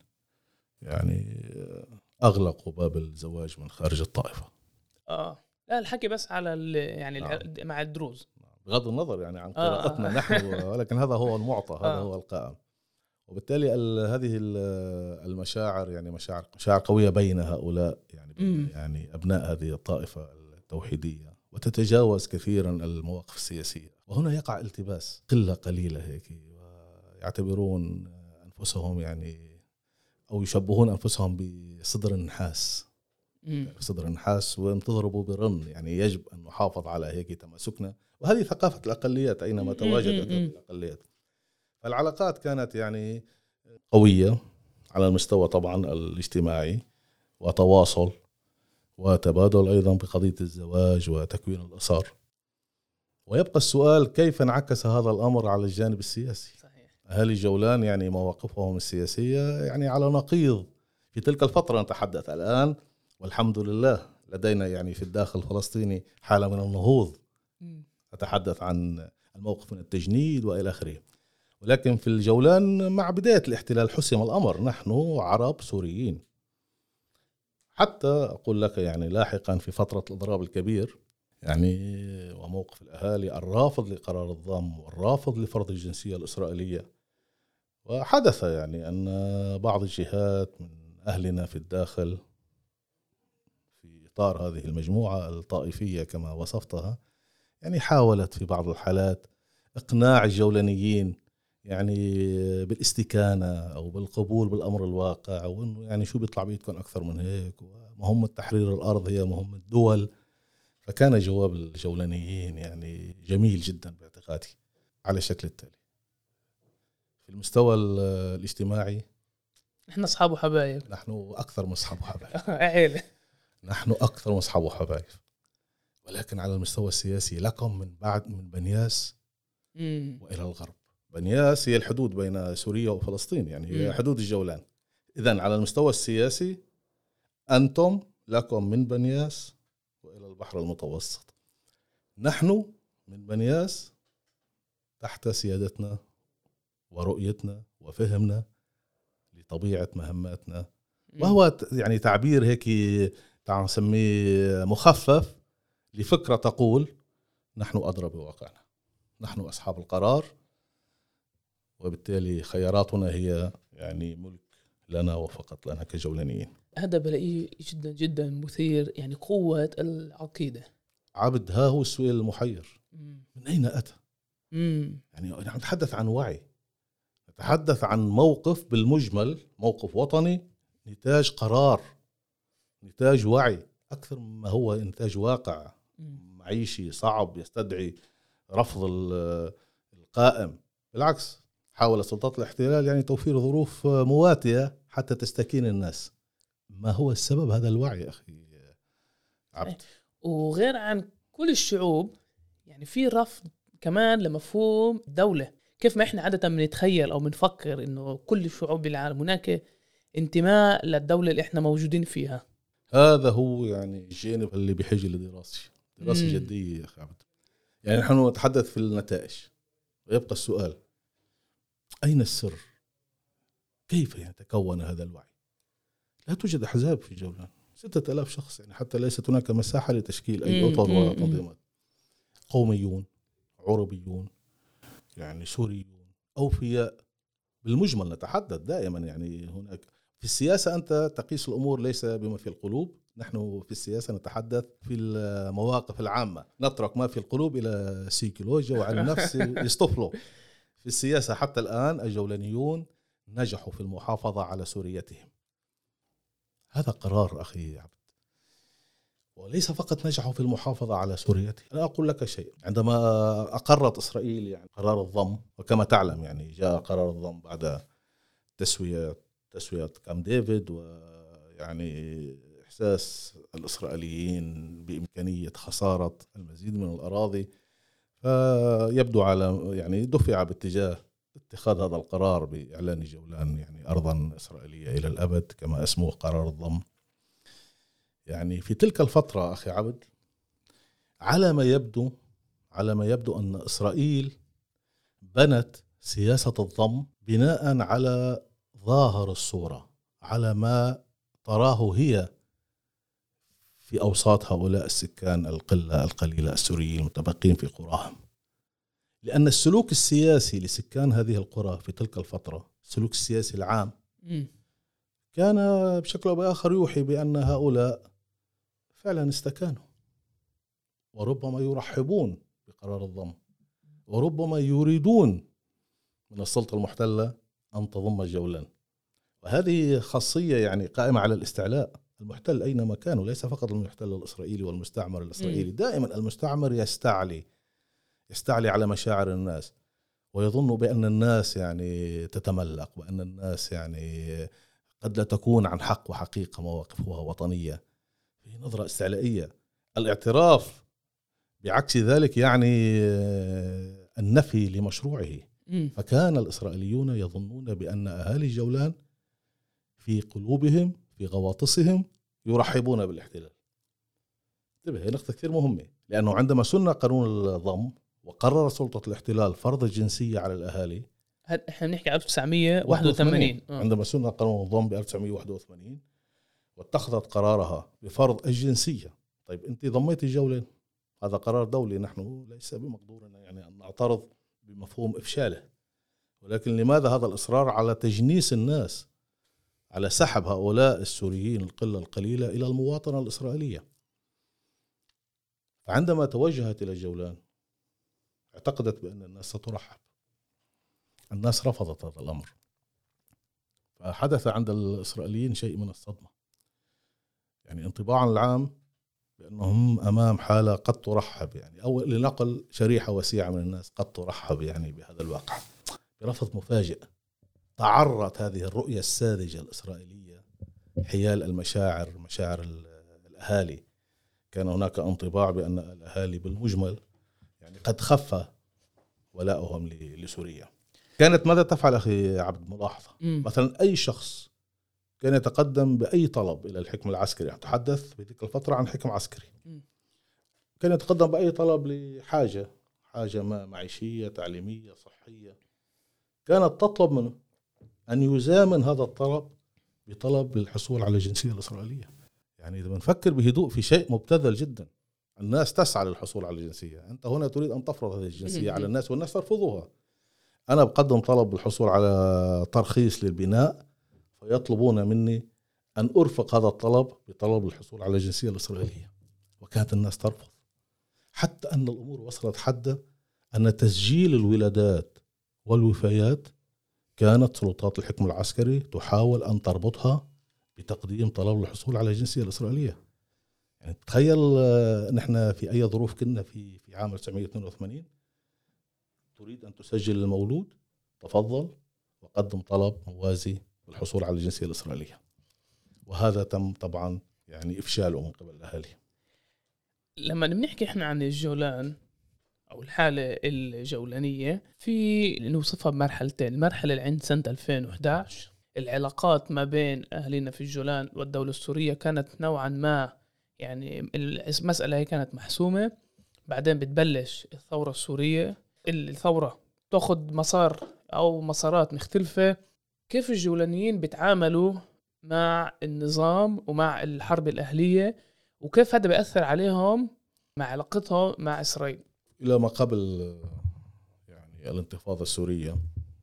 يعني أغلقوا باب الزواج من خارج الطائفة. آه لا الحكي بس على يعني نعم. مع الدروز بغض النظر يعني عن قراءتنا آه. نحن، ولكن هذا هو المعطى هذا آه. هو القائم. وبالتالي هذه المشاعر يعني مشاعر مشاعر قوية بين هؤلاء يعني بين يعني أبناء هذه الطائفة التوحيدية، وتتجاوز كثيرا المواقف السياسية. وهنا يقع التباس، قلة قليلة هيك ويعتبرون أنفسهم يعني أو يشبهون أنفسهم بصدر النحاس، صدر النحاس وتضربوا برن. يعني يجب أن نحافظ على هيك تماسكنا، وهذه ثقافة الأقليات أينما تواجدت الأقليات. فالعلاقات كانت يعني قوية على المستوى طبعا الاجتماعي، وتواصل وتبادل أيضا بقضية الزواج وتكوين الأسر. ويبقى السؤال كيف انعكس هذا الأمر على الجانب السياسي. صحيح. أهالي جولان يعني مواقفهم السياسية يعني على نقيض في تلك الفترة. نتحدث الآن والحمد لله لدينا يعني في الداخل الفلسطيني حالة من النهوض، أتحدث عن الموقف من التجنيد وإلى آخره. ولكن في الجولان مع بداية الاحتلال حسم الأمر، نحن عرب سوريين. حتى أقول لك يعني لاحقا في فترة الإضراب الكبير يعني وموقف الأهالي الرافض لقرار الضم والرافض لفرض الجنسية الإسرائيلية، وحدث يعني أن بعض الجهات من أهلنا في الداخل في إطار هذه المجموعة الطائفية كما وصفتها يعني حاولت في بعض الحالات إقناع الجولانيين يعني بالاستكانة أو بالقبول بالأمر الواقع، وإنه يعني شو بيطلع بيتكم أكثر من هيك، ومهمة تحرير الأرض هي مهمة الدول. فكان جواب الجولانيين يعني جميل جدا باعتقادي على الشكل التالي. في المستوى الاجتماعي احنا اصحاب وحبايب، نحن اكثر من اصحاب وحبايب عيله، نحن اكثر من اصحاب وحبايب. ولكن على المستوى السياسي لكم من بعد من بنياس مم. والى الغرب. بنياس هي الحدود بين سوريا وفلسطين، يعني هي مم. حدود الجولان. اذن على المستوى السياسي انتم لكم من بنياس والى البحر المتوسط، نحن من بنياس تحت سيادتنا ورؤيتنا وفهمنا لطبيعة مهماتنا. وهو يعني تعبير هيك تعال نسميه مخفف لفكرة تقول نحن أدرى بواقعنا، نحن أصحاب القرار، وبالتالي خياراتنا هي يعني ملك لنا وفقط لنا كجولانيين. هذا بلاقيه جدا جدا مثير، يعني قوة العقيدة. عبد، ها هو السؤال المحير، من أين أتى؟ مم. يعني نتحدث عن وعي، نتحدث عن موقف بالمجمل، موقف وطني نتاج قرار، نتاج وعي أكثر مما هو نتاج واقع معيشي صعب يستدعي رفض القائم. بالعكس، حاول سلطات الاحتلال يعني توفير ظروف مواتية حتى تستكين الناس. ما هو السبب؟ هذا الوعي أخي عبد. وغير عن كل الشعوب يعني في رفض كمان لمفهوم الدولة. كيف ما احنا عادة بنتخيل او بنفكر انه كل شعوب العالم هناك انتماء للدولة اللي احنا موجودين فيها. هذا هو يعني الجانب اللي بيحاج لدراسة دراسة جدية يا أخي عبد. يعني نحن نتحدث في النتائج ويبقى السؤال أين السر؟ كيف يتكون هذا الوعي؟ لا توجد أحزاب في جولان، ستة آلاف شخص، يعني حتى ليست هناك مساحة لتشكيل أي أطر وتنظيمات. قوميون، عربيون، يعني سوريون، أوفياء بالمجمل. نتحدث دائما يعني هناك في السياسة أنت تقيس الأمور ليس بما في القلوب، نحن في السياسة نتحدث في المواقف العامة، نترك ما في القلوب إلى سيكولوجيا وعلى النفس يصطفلوا. في السياسة حتى الآن الجولانيون نجحوا في المحافظة على سوريتهم. هذا قرار أخي عبد، وليس فقط نجحوا في المحافظة على سوريتهم. أنا أقول لك شيء، عندما أقرت إسرائيل يعني قرار الضم، وكما تعلم يعني جاء قرار الضم بعد تسوية تسوية كام ديفيد، ويعني إحساس الإسرائيليين بإمكانية خسارة المزيد من الأراضي، فيبدو على يعني دفع باتجاه اتخاذ هذا القرار بإعلان جولان يعني أرضا إسرائيلية إلى الأبد كما اسمه قرار الضم. يعني في تلك الفترة أخي عبد، على ما يبدو على ما يبدو أن إسرائيل بنت سياسة الضم بناء على ظاهر الصورة، على ما تراه هي في أوساط هؤلاء السكان القلة القليلة السوريين المتبقين في قراهم. لأن السلوك السياسي لسكان هذه القرى في تلك الفترة، السلوك السياسي العام، كان بشكل أو بآخر يوحي بأن هؤلاء فعلا استكانوا، وربما يرحبون بقرار الضم، وربما يريدون من السلطة المحتلة أن تضم جولان. وهذه خاصية يعني قائمة على الاستعلاء. المحتل أينما كانوا، ليس فقط المحتل الإسرائيلي والمستعمر الإسرائيلي، دائما المستعمر يستعلي يستعلي على مشاعر الناس، ويظن بأن الناس يعني تتملق، وأن الناس يعني قد لا تكون عن حق وحقيقة مواقفها وطنية. في نظرة استعلائية. الاعتراف بعكس ذلك يعني النفي لمشروعه. فكان الإسرائيليون يظنون بأن أهالي جولان في قلوبهم في غواطسهم يرحبون بالاحتلال. انتبه، هي نقطة كثير مهمة، لأنه عندما سن قانون الضم وقرر سلطة الاحتلال فرض الجنسية على الأهالي، احنا بنحكي ألف وتسعمية وواحد وثمانين، عندما سن قانون الضم ب ألف وتسعمية وواحد وثمانين واتخذت قرارها بفرض الجنسية. طيب أنت ضميت جولان، هذا قرار دولي، نحن ليس بمقدورنا يعني أن نعترض بمفهوم إفشاله، ولكن لماذا هذا الإصرار على تجنيس الناس، على سحب هؤلاء السوريين القلة القليلة إلى المواطنة الإسرائيلية؟ فعندما توجهت إلى جولان اعتقدت بأن الناس سترحب. الناس رفضت هذا الأمر، فحدث عند الإسرائيليين شيء من الصدمة. يعني انطباعا العام بأنهم أمام حالة قد ترحب يعني، أو لنقل شريحة وسيعة من الناس قد ترحب يعني بهذا الواقع برفض مفاجئ. تعرض هذه الرؤية الساذجة الإسرائيلية حيال المشاعر، مشاعر الأهالي. كان هناك انطباع بأن الأهالي بالمجمل يعني قد خف ولاؤهم لسوريا. كانت ماذا تفعل أخي عبد؟ ملاحظة م. مثلا أي شخص كان يتقدم بأي طلب إلى الحكم العسكري، أتحدث في تلك الفترة عن حكم عسكري، م. كان يتقدم بأي طلب لحاجة، حاجة ما معيشية، تعليمية، صحية، كانت تطلب منه أن يزامن هذا الطلب بطلب للحصول على الجنسية الإسرائيلية. يعني إذا بنفكر بهدوء في شيء مبتذل جدا، الناس تسعى للحصول على الجنسية، أنت هنا تريد أن تفرض هذه الجنسية على الناس والناس ترفضها. أنا بقدم طلب بالحصول على ترخيص للبناء، فيطلبون مني أن أرفق هذا الطلب بطلب الحصول على الجنسية الإسرائيلية، وكانت الناس ترفض. حتى أن الأمور وصلت حد أن تسجيل الولادات والوفيات كانت سلطات الحكم العسكري تحاول أن تربطها بتقديم طلب الحصول على الجنسية الإسرائيلية. يعني تخيل نحن في أي ظروف كنا في في عام تسعمائة واثنين وثمانين، تريد أن تسجل المولود، تفضل وقدم طلب موازي بالحصول على الجنسية الإسرائيلية. وهذا تم طبعا يعني إفشاله من قبل الأهالي. لما بنحكي إحنا عن الجولان أو الحالة الجولانية، في نوصفها بمرحلتين. المرحلة اللي عند سنة ألفين وإحدى عشر، العلاقات ما بين أهلنا في الجولان والدولة السورية كانت نوعا ما يعني المسألة هي كانت محسومة. بعدين بتبلش الثورة السورية، الثورة تأخذ مسار أو مسارات مختلفة. كيف الجولانيين بيتعاملوا مع النظام ومع الحرب الأهلية، وكيف هذا بيأثر عليهم مع علاقتهم مع إسرائيل؟ إلى ما قبل يعني الانتفاضة السورية،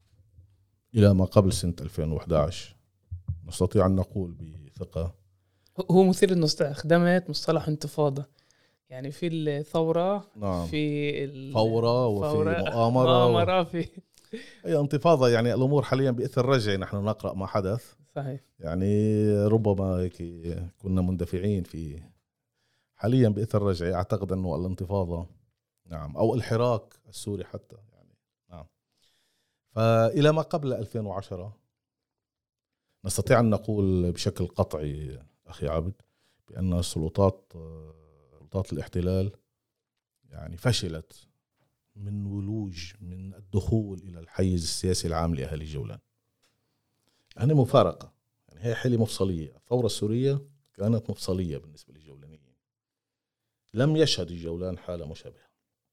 إلى ما قبل سنة ألفين وإحدى عشر، نستطيع أن نقول بثقة. هو مثير إنه استخدمت مصطلح انتفاضة، يعني في الثورة، نعم، في الفورة وفي مؤامرة, مؤامرة و... في أي انتفاضة. يعني الأمور حاليا بإثر رجعي، نحن نقرأ ما حدث. صحيح. يعني ربما هيك كنا مندفعين في، حاليا بإثر رجعي أعتقد أنه الانتفاضة نعم أو الحراك السوري حتى يعني نعم. فإلى ما قبل ألفين وعشرة نستطيع أن نقول بشكل قطعي أخي عبد بأن السلطات سلطات الاحتلال يعني فشلت من ولوج من الدخول إلى الحيز السياسي العام لأهالي الجولان. يعني مفارقة، يعني هي حالة مفصلية. الثورة السورية كانت مفصلية بالنسبة للجولانيين، لم يشهد الجولان حالة مشابهة.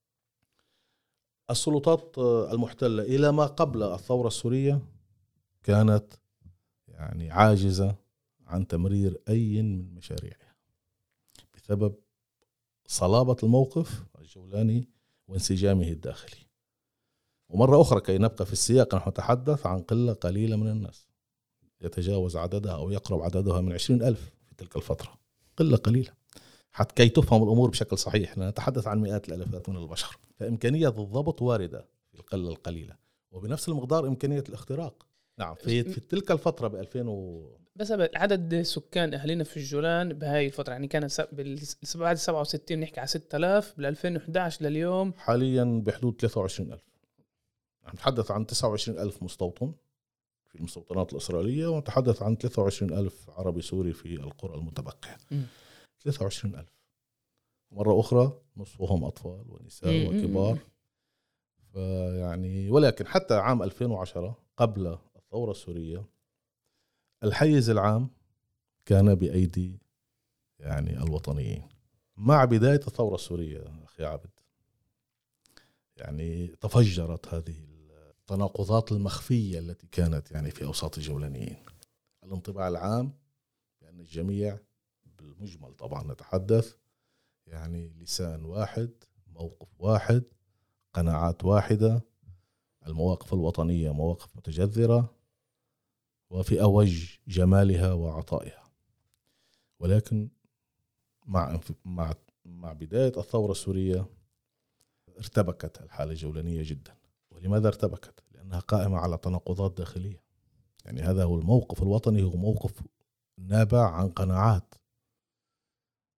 السلطات المحتلة إلى ما قبل الثورة السورية كانت يعني عاجزة عن تمرير أي من مشاريعها بسبب صلابة الموقف الجولاني وانسجامه الداخلي. ومرة أخرى كي نبقى في السياق، نحن نتحدث عن قلة قليلة من الناس، يتجاوز عددها أو يقرب عددها من عشرين ألف في تلك الفترة، قلة قليلة حتى كي تفهم الأمور بشكل صحيح. نتحدث عن مئات الألفات من البشر، فإمكانية الضبط واردة في القلة القليلة، وبنفس المقدار إمكانية الاختراق. نعم في, في تلك الفترة بألفين و... بس عدد سكان أهلنا في الجولان بهاي الفترة يعني كان بعد سبعة وستين نحكي على ستة آلاف، بالألفين وإحدى عشر لليوم حاليا بحدود ثلاثة وعشرين ألف. نتحدث عن تسعة وعشرين ألف مستوطن في المستوطنات الإسرائيلية، ونتحدث عن ثلاثة وعشرين ألف عربي سوري في القرى المتبقية. م. ثلاثة وعشرين ألف، مرة أخرى نصفهم أطفال ونساء م. وكبار. فيعني ولكن حتى عام ألفين وعشرة قبل الثورة السورية الحيز العام كان بأيدي يعني الوطنيين. مع بداية الثورة السورية أخي عبد يعني تفجرت هذه التناقضات المخفية التي كانت يعني في أوساط الجولانيين. الانطباع العام بأن الجميع بالمجمل طبعا نتحدث يعني لسان واحد، موقف واحد، قناعات واحدة، المواقف الوطنية مواقف متجذرة وفي أوج جمالها وعطائها. ولكن مع مع مع بداية الثورة السورية ارتبكت الحالة الجولانية جدا. ولماذا ارتبكت؟ لأنها قائمة على تناقضات داخلية. يعني هذا هو الموقف الوطني، هو موقف نابع عن قناعات،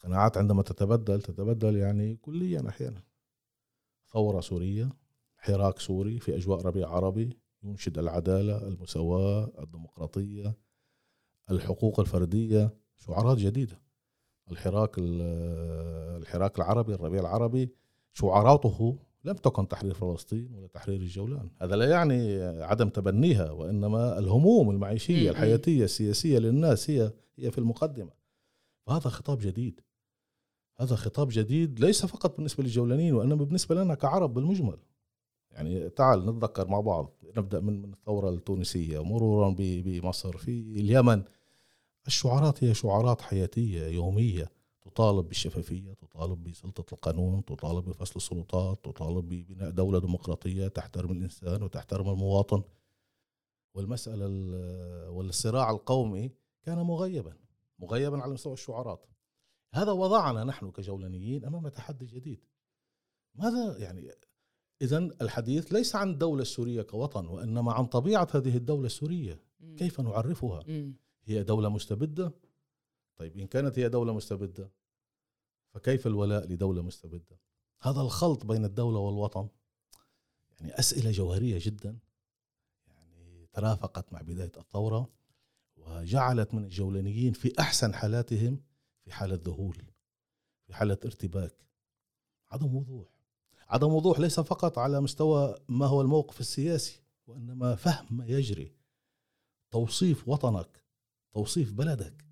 القناعات عندما تتبدل تتبدل يعني كليا أحيانا. ثورة سورية، حراك سوري في أجواء ربيع عربي ينشد العدالة، المساواة، الديمقراطية، الحقوق الفردية، شعارات جديدة. الحراك الحراك العربي، الربيع العربي، شعاراته لم تكن تحرير فلسطين ولا تحرير الجولان. هذا لا يعني عدم تبنيها، وإنما الهموم المعيشية الحياتية السياسية للناس هي هي في المقدمة. فهذا خطاب جديد، هذا خطاب جديد ليس فقط بالنسبة للجولانيين، وإنما بالنسبة لنا كعرب بالمجمل. يعني تعال نتذكر مع بعض، نبدأ من من الثورة التونسية مرورا بمصر، في اليمن. الشعارات هي شعارات حياتية يومية، تطالب بالشفافية، تطالب بسلطة القانون، تطالب بفصل السلطات، تطالب ببناء دولة ديمقراطية تحترم الإنسان وتحترم المواطن. والمسألة والصراع القومي كان مغيبا مغيبا على مستوى الشعارات. هذا وضعنا نحن كجولانيين أمام تحدي جديد. ماذا يعني؟ إذن الحديث ليس عن الدولة السورية كوطن، وإنما عن طبيعة هذه الدولة السورية. كيف نعرفها؟ هي دولة مستبدة؟ طيب إن كانت هي دولة مستبدة فكيف الولاء لدولة مستبدة؟ هذا الخلط بين الدولة والوطن يعني أسئلة جوهرية جدا، يعني ترافقت مع بداية الثورة وجعلت من الجولانيين في أحسن حالاتهم في حالة ذهول، في حالة ارتباك، عدم وضوح. عدم وضوح ليس فقط على مستوى ما هو الموقف السياسي، وإنما فهم ما يجري، توصيف وطنك، توصيف بلدك.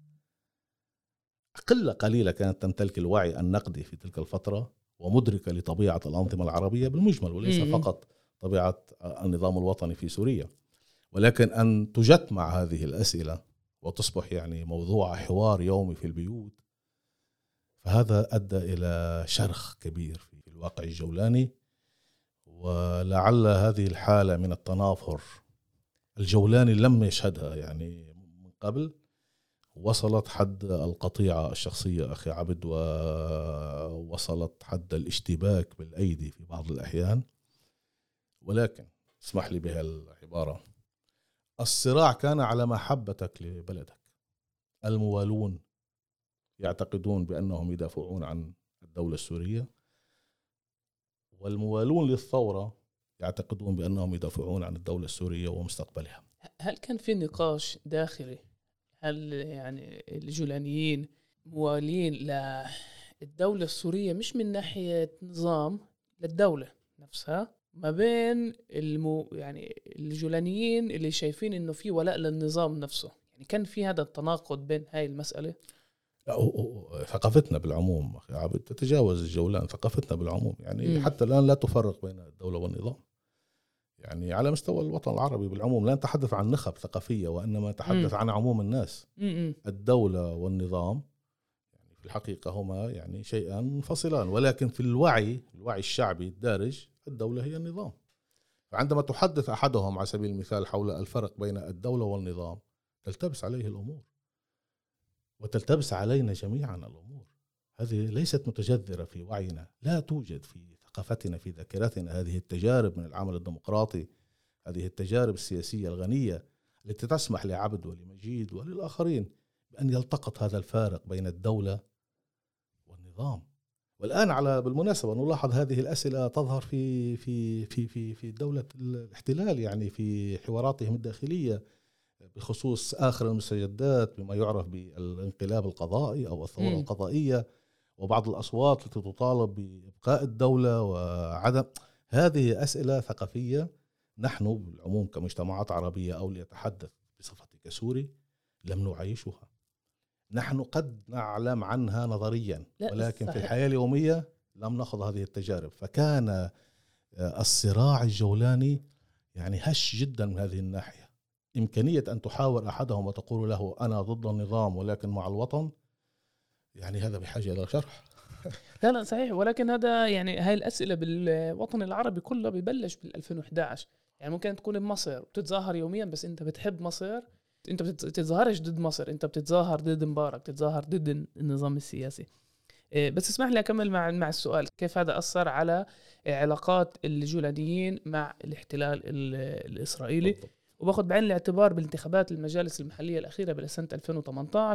قلة قليلة كانت تمتلك الوعي النقدي في تلك الفترة ومدركة لطبيعة الأنظمة العربية بالمجمل، وليس فقط طبيعة النظام الوطني في سوريا. ولكن أن تجتمع هذه الأسئلة وتصبح يعني موضوع حوار يومي في البيوت، فهذا أدى إلى شرخ كبير في الواقع الجولاني. ولعل هذه الحالة من التنافر الجولاني لم يشهدها يعني من قبل، وصلت حد القطيعة الشخصية أخي عبد، ووصلت حد الاشتباك بالأيدي في بعض الأحيان. ولكن اسمح لي بها العبارة، الصراع كان على محبتك لبلدك. الموالون يعتقدون بأنهم يدافعون عن الدولة السورية، والموالون للثورة يعتقدون بأنهم يدافعون عن الدولة السورية ومستقبلها. هل كان في نقاش داخلي؟ هل يعني الجولانيين موالين للدولة السورية مش من ناحية نظام للدولة نفسها، ما بين المو يعني الجولانيين اللي شايفين إنه في ولاء للنظام نفسه؟ يعني كان في هذا التناقض بين هاي المسألة؟ ثقافتنا بالعموم أخي عبد تتجاوز الجولان، ثقافتنا بالعموم يعني م. حتى الآن لا تفرق بين الدولة والنظام. يعني على مستوى الوطن العربي بالعموم لا نتحدث عن نخب ثقافية، وإنما نتحدث م. عن عموم الناس. م. الدولة والنظام يعني في الحقيقة هما يعني شيئان منفصلان، ولكن في الوعي الوعي الشعبي الدارج الدولة هي النظام. فعندما تحدث أحدهم على سبيل المثال حول الفرق بين الدولة والنظام تلتبس عليه الأمور، وتلتبس علينا جميعا الأمور. هذه ليست متجذرة في وعينا، لا توجد في ثقافتنا في ذاكرتنا هذه التجارب من العمل الديمقراطي، هذه التجارب السياسية الغنية التي تسمح لعبد ولمجيد وللآخرين بأن يلتقط هذا الفارق بين الدولة والنظام. والآن على بالمناسبة نلاحظ هذه الأسئلة تظهر في في في في في دولة الاحتلال، يعني في حواراتهم الداخلية بخصوص آخر المستجدات بما يعرف بالانقلاب القضائي أو الثورة م. القضائية، وبعض الأصوات التي تطالب بإبقاء الدولة وعدم. هذه أسئلة ثقافية نحن بالعموم كمجتمعات عربية أو ليتحدث بصفتي كسوري لم نعيشها. نحن قد نعلم عنها نظريا، ولكن صحيح. في الحياة اليومية لم نخض هذه التجارب. فكان الصراع الجولاني يعني هش جدا من هذه الناحية. إمكانية أن تحاور أحدهم وتقول له أنا ضد النظام ولكن مع الوطن، يعني هذا بحاجة إلى شرح. لا لا صحيح. ولكن هذا يعني هاي الأسئلة بالوطن العربي كله بيبلش بالألفين وإحدى عشر. يعني ممكن تكون بمصر وتتظاهر يوميا بس أنت بتحب مصر، أنت بتتظاهرش ضد مصر، أنت بتتظاهر ضد مبارك، بتتظاهر ضد النظام السياسي. بس اسمح لي أكمل مع مع السؤال، كيف هذا أثر على علاقات الجولانيين مع الاحتلال الإسرائيلي؟ وباخد بعين الاعتبار بالانتخابات المجالس المحلية الأخيرة بسنة ألفين وثمانية عشر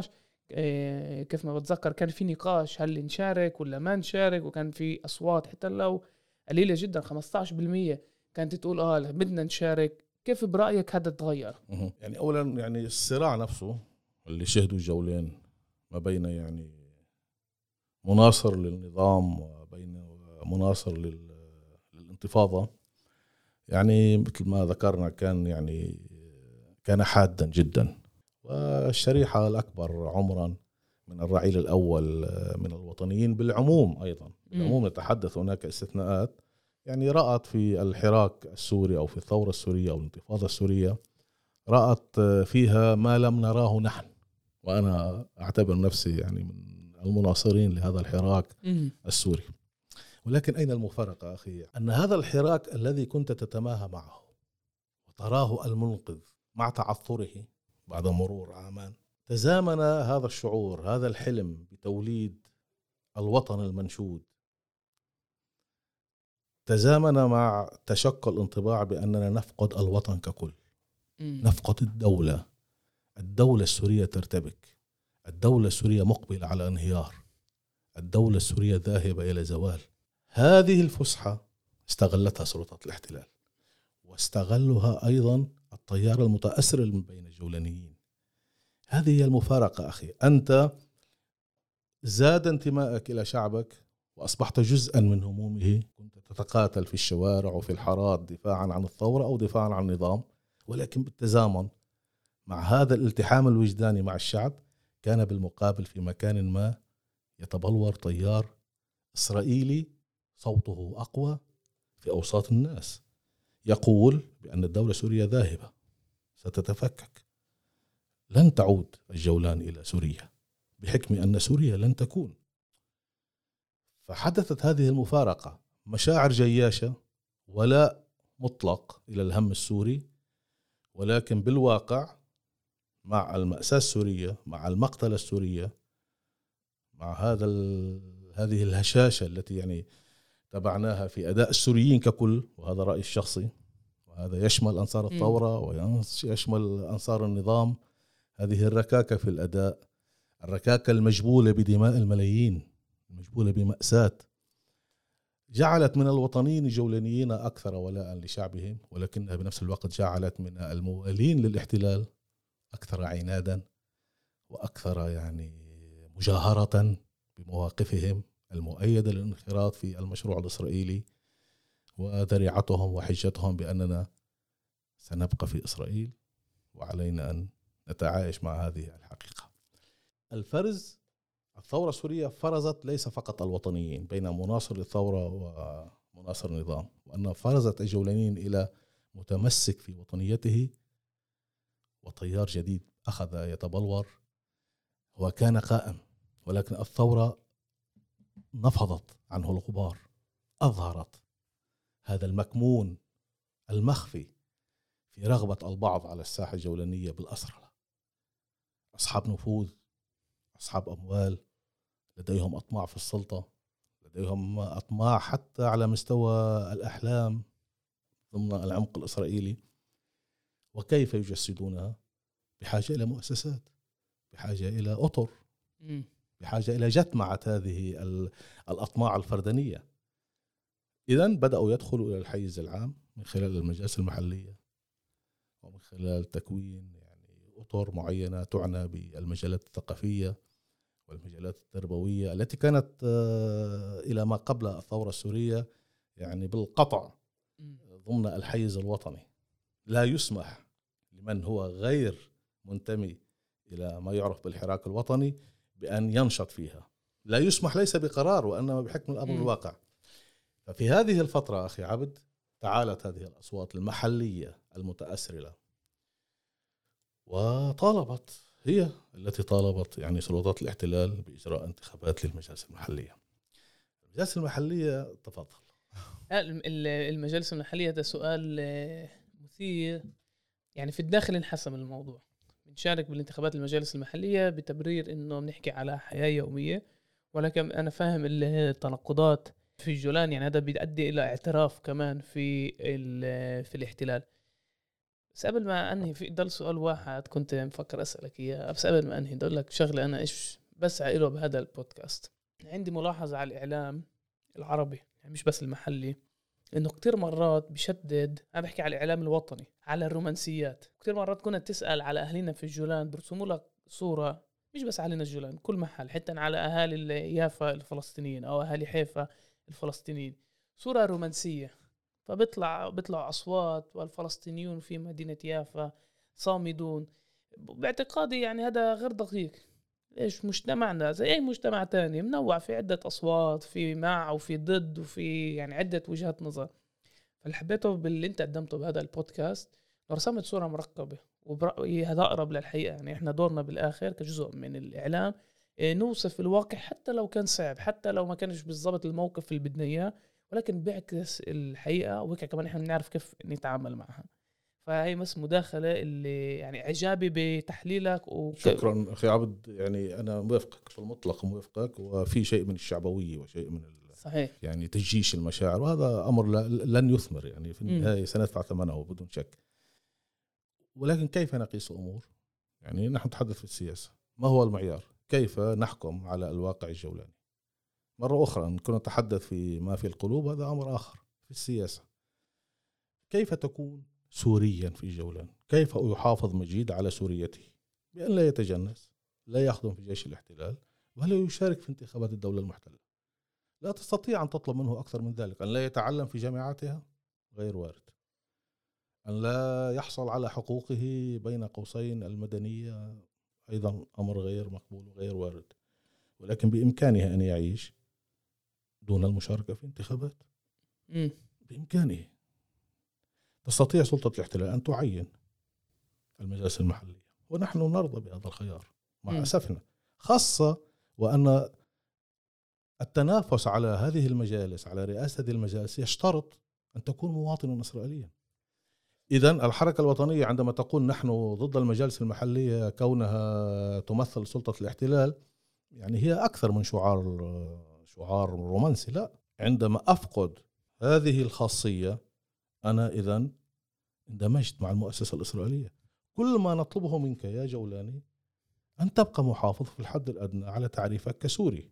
إيه كيف ما بتذكر كان في نقاش هل نشارك ولا ما نشارك، وكان في أصوات حتى لو قليلة جدا خمسة عشر بالمية كانت تقول اه بدنا نشارك. كيف برأيك هذا تغير؟ يعني أولا يعني الصراع نفسه اللي شهدوا الجولين ما بين يعني مناصر للنظام وبين مناصر للانتفاضة، يعني مثل ما ذكرنا كان يعني كان حادا جدا. والشريحة الأكبر عمرا من الرعيل الأول من الوطنيين بالعموم، أيضا بالعموم نتحدث هناك استثناءات، يعني رأت في الحراك السوري أو في الثورة السورية أو الانتفاضة السورية رأت فيها ما لم نراه نحن، وأنا أعتبر نفسي يعني من المناصرين لهذا الحراك السوري. ولكن أين المفارقة أخي؟ أن هذا الحراك الذي كنت تتماهى معه وتراه المنقذ مع تعثره بعد مرور عامان، تزامن هذا الشعور هذا الحلم بتوليد الوطن المنشود، تزامن مع تشكل انطباع بأننا نفقد الوطن ككل، نفقد الدولة، الدولة السورية ترتبك، الدولة السورية مقبلة على انهيار، الدولة السورية ذاهبة إلى زوال. هذه الفسحة استغلتها سلطات الاحتلال، واستغلها أيضا التيار المتأثر من بين الجولانيين. هذه هي المفارقة أخي، أنت زاد انتمائك إلى شعبك وأصبحت جزءا من همومه، كنت تتقاتل في الشوارع وفي الحارات دفاعا عن الثورة أو دفاعا عن النظام، ولكن بالتزامن مع هذا الالتحام الوجداني مع الشعب كان بالمقابل في مكان ما يتبلور تيار إسرائيلي صوته أقوى في أوساط الناس، يقول بأن الدولة السورية ذاهبة ستتفكك، لن تعود الجولان إلى سوريا، بحكم أن سوريا لن تكون. فحدثت هذه المفارقة، مشاعر جياشة ولا مطلق إلى الهم السوري، ولكن بالواقع مع المأساة السورية، مع المقتلة السورية، مع هذا هذه الهشاشة التي يعني تبعناها في أداء السوريين ككل، وهذا رأيي الشخصي، وهذا يشمل أنصار الثورة ويشمل أنصار النظام، هذه الركاكة في الأداء، الركاكة المجبولة بدماء الملايين، المجبولة بمأساة، جعلت من الوطنيين الجولانيين أكثر ولاء لشعبهم، ولكنها بنفس الوقت جعلت من الموالين للاحتلال أكثر عنادا وأكثر يعني مجاهرة بمواقفهم المؤيدة للانخراط في المشروع الإسرائيلي، وذريعتهم وحجتهم بأننا سنبقى في إسرائيل وعلينا أن نتعايش مع هذه الحقيقة. الفرز، الثورة السورية فرزت ليس فقط الوطنيين بين مناصر الثورة ومناصر النظام، وأنها فرزت الجولانيين إلى متمسك في وطنيته، وتيار جديد أخذ يتبلور وكان قائم، ولكن الثورة نفضت عنه الغبار، أظهرت هذا المكمون المخفي في رغبة البعض على الساحة الجولانية بالأسرة، أصحاب نفوذ، أصحاب أموال، لديهم أطماع في السلطة، لديهم أطماع حتى على مستوى الأحلام ضمن العمق الإسرائيلي. وكيف يجسدونها؟ بحاجة إلى مؤسسات، بحاجة إلى أطر، بحاجة إلى جتمعة هذه الأطماع الفردانية. إذن بدأوا يدخلوا إلى الحيز العام من خلال المجالس المحلية ومن خلال تكوين يعني أطر معينة تعنى بالمجالات الثقافية والمجالات التربوية التي كانت إلى ما قبل الثورة السورية يعني بالقطع ضمن الحيز الوطني. لا يسمح لمن هو غير منتمي إلى ما يعرف بالحراك الوطني بأن ينشط فيها، لا يسمح، ليس بقرار وإنما بحكم الأمر الواقع. ففي هذه الفترة أخي عبد تعالت هذه الأصوات المحلية المتأسرلة وطالبت، هي التي طالبت يعني سلطات الاحتلال بإجراء انتخابات للمجالس المحلية. المجالس المحلية تفضل. المجالس المحلية ده سؤال مثير، يعني في الداخل انحسم الموضوع، بنشارك بالانتخابات المجالس المحلية بتبرير انه بنحكي على حياة يومية، ولكن انا فاهم التناقضات في الجولان، يعني هذا بيؤدي الى اعتراف كمان في في الاحتلال. بس قبل ما انهي في ضل سؤال واحد كنت مفكر اسالك اياه، بس قبل ما انهي بدي اقول لك شغله انا ايش بسعى له بهذا البودكاست. عندي ملاحظه على الاعلام العربي يعني مش بس المحلي، انه كتير مرات بشدد، انا بحكي على الاعلام الوطني، على الرومانسيات. كتير مرات كنا تسال على اهالينا في الجولان برسموا لك صوره، مش بس اهالينا الجولان كل محل، حتى على اهالي يافا الفلسطينيين او اهالي حيفا الفلسطينيين، صوره رومانسيه. فبيطلع بيطلع اصوات والفلسطينيون في مدينه يافا صامدون. باعتقادي يعني هذا غير دقيق. ليش مجتمعنا زي اي مجتمع تاني منوع، في عدة اصوات، في مع وفي ضد وفي يعني عدة وجهات نظر. فاللي حبيته باللي انت قدمته بهذا البودكاست رسمت صورة مركبة، وبرأيي هذا اقرب للحقيقة. يعني احنا دورنا بالاخر كجزء من الاعلام إيه، نوصف الواقع حتى لو كان صعب، حتى لو ما كانش بالضبط الموقف اللي بدنا اياه، ولكن بيعكس الحقيقة، وهيك كمان احنا بنعرف كيف نتعامل معها. فهي بس مداخلة اللي يعني إعجابي بتحليلك و... شكرا أخي عبد، يعني أنا موافقك في المطلق، موافقك، وفي شيء من الشعبوية وشيء من ال... صحيح. يعني تجيش المشاعر، وهذا أمر ل... لن يثمر، يعني في النهاية سندفع ثمنه بدون شك. ولكن كيف نقيس أمور؟ يعني نحن نتحدث في السياسة، ما هو المعيار؟ كيف نحكم على الواقع الجولاني؟ مرة أخرى نكون نتحدث في ما في القلوب، هذا أمر آخر. في السياسة كيف تكون سوريا في الجولان؟ كيف يحافظ مجيد على سوريته بأن لا يتجنس، لا يخدم في جيش الاحتلال، ولا يشارك في انتخابات الدولة المحتلة؟ لا تستطيع أن تطلب منه أكثر من ذلك. أن لا يتعلم في جامعاتها غير وارد، أن لا يحصل على حقوقه بين قوسين المدنية أيضا أمر غير مقبول وغير وارد. ولكن بإمكانه أن يعيش دون المشاركة في انتخابات. م. بإمكانه. تستطيع سلطة الاحتلال أن تعين المجالس المحلية، ونحن نرضى بهذا الخيار مع م. أسفنا، خاصة وأن التنافس على هذه المجالس، على رئاسة هذه المجالس، يشترط أن تكون مواطنا إسرائيليا. إذن الحركة الوطنية عندما تقول نحن ضد المجالس المحلية كونها تمثل سلطة الاحتلال، يعني هي أكثر من شعار شعار رومانسي. لا، عندما أفقد هذه الخاصية أنا إذن اندمجت مع المؤسسة الإسرائيلية. كل ما نطلبه منك يا جولاني أن تبقى محافظ في الحد الأدنى على تعريفك كسوري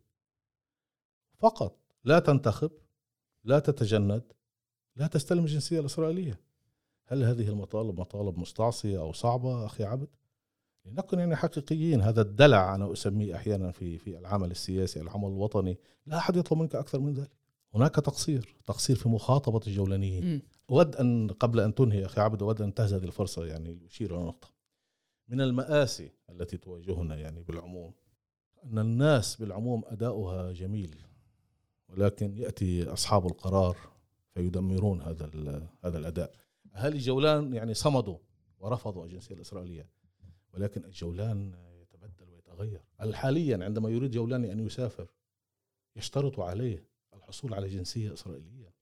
فقط، لا تنتخب، لا تتجند، لا تستلم الجنسية الإسرائيلية. هل هذه المطالب مطالب مستعصية أو صعبة أخي عبد؟ لنكن يعني حقيقيين. هذا الدلع أنا أسميه أحيانا في في العمل السياسي، العمل الوطني، لا أحد يطلب منك أكثر من ذلك. هناك تقصير تقصير في مخاطبة الجولانيين. م. أود أن قبل أن تنهي أخي عبد، أود أن انتهز هذه الفرصة يعني أشير إلى نقطة من المآسي التي تواجهنا يعني بالعموم، أن الناس بالعموم أداؤها جميل، ولكن يأتي أصحاب القرار فيدمرون هذا هذا الأداء. أهالي الجولان يعني صمدوا ورفضوا الجنسية الإسرائيلية، ولكن الجولان يتبدل ويتغير. حاليا عندما يريد جولاني أن يسافر يشترط عليه الحصول على جنسية إسرائيلية.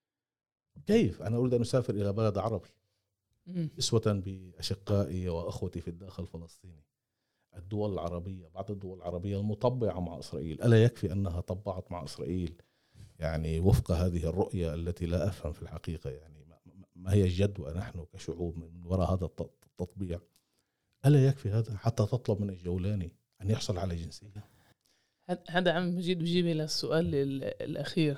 كيف أنا أريد أن أسافر إلى بلد عربي أسوة بأشقائي وأخوتي في الداخل الفلسطيني؟ الدول العربية، بعض الدول العربية المطبعة مع إسرائيل، ألا يكفي أنها طبعت مع إسرائيل يعني وفق هذه الرؤية التي لا أفهم في الحقيقة يعني ما هي الجدوى نحن كشعوب من وراء هذا التطبيع؟ ألا يكفي هذا حتى تطلب من الجولاني أن يحصل على جنسية؟ هذا عم مجيد بجيب إلى السؤال الأخير.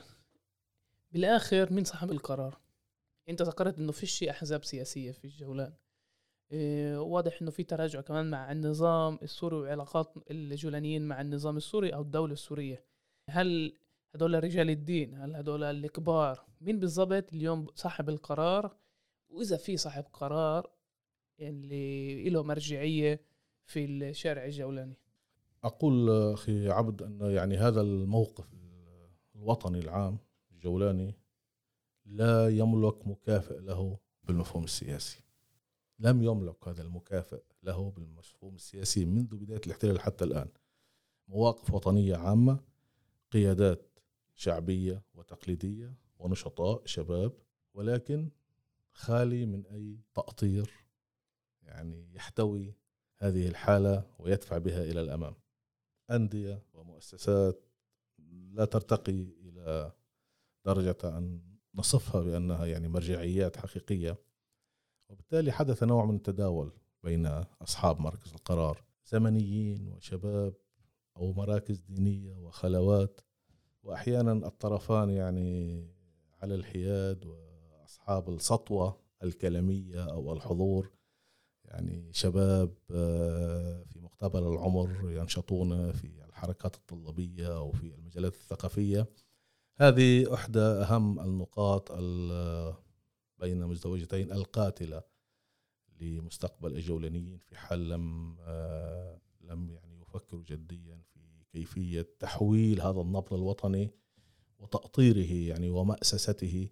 بالآخر مين صاحب القرار؟ أنت ذكرت إنه فيش أحزاب سياسية في الجولان. إيه واضح إنه في تراجع كمان مع النظام السوري وعلاقات الجولانيين مع النظام السوري أو الدولة السورية. هل هدول رجال الدين، هل هدول الكبار، مين بالضبط اليوم صاحب القرار؟ وإذا في صاحب قرار اللي له مرجعية في الشارع الجولاني؟ أقول أخي عبد أن يعني هذا الموقف الوطني العام الجولاني لا يملك مكافئ له بالمفهوم السياسي. لم يملك هذا المكافئ له بالمفهوم السياسي منذ بداية الاحتلال حتى الآن. مواقف وطنية عامة، قيادات شعبية وتقليدية ونشطاء شباب، ولكن خالي من أي تأطير يعني يحتوي هذه الحالة ويدفع بها إلى الأمام. أندية ومؤسسات لا ترتقي إلى درجة أن نصفها بأنها يعني مرجعيات حقيقية، وبالتالي حدث نوع من التداول بين أصحاب مركز القرار، زمنيين وشباب أو مراكز دينية وخلوات، وأحيانا الطرفان يعني على الحياد، وأصحاب السطوة الكلامية أو الحضور يعني شباب في مقتبل العمر ينشطون في الحركات الطلابية أو في المجالات الثقافية. هذه إحدى أهم النقاط بين مزدوجتين القاتلة لمستقبل الجولانيين في حال لم لم يعني يفكروا جديا في كيفية تحويل هذا النبض الوطني وتأطيره يعني ومأسسته،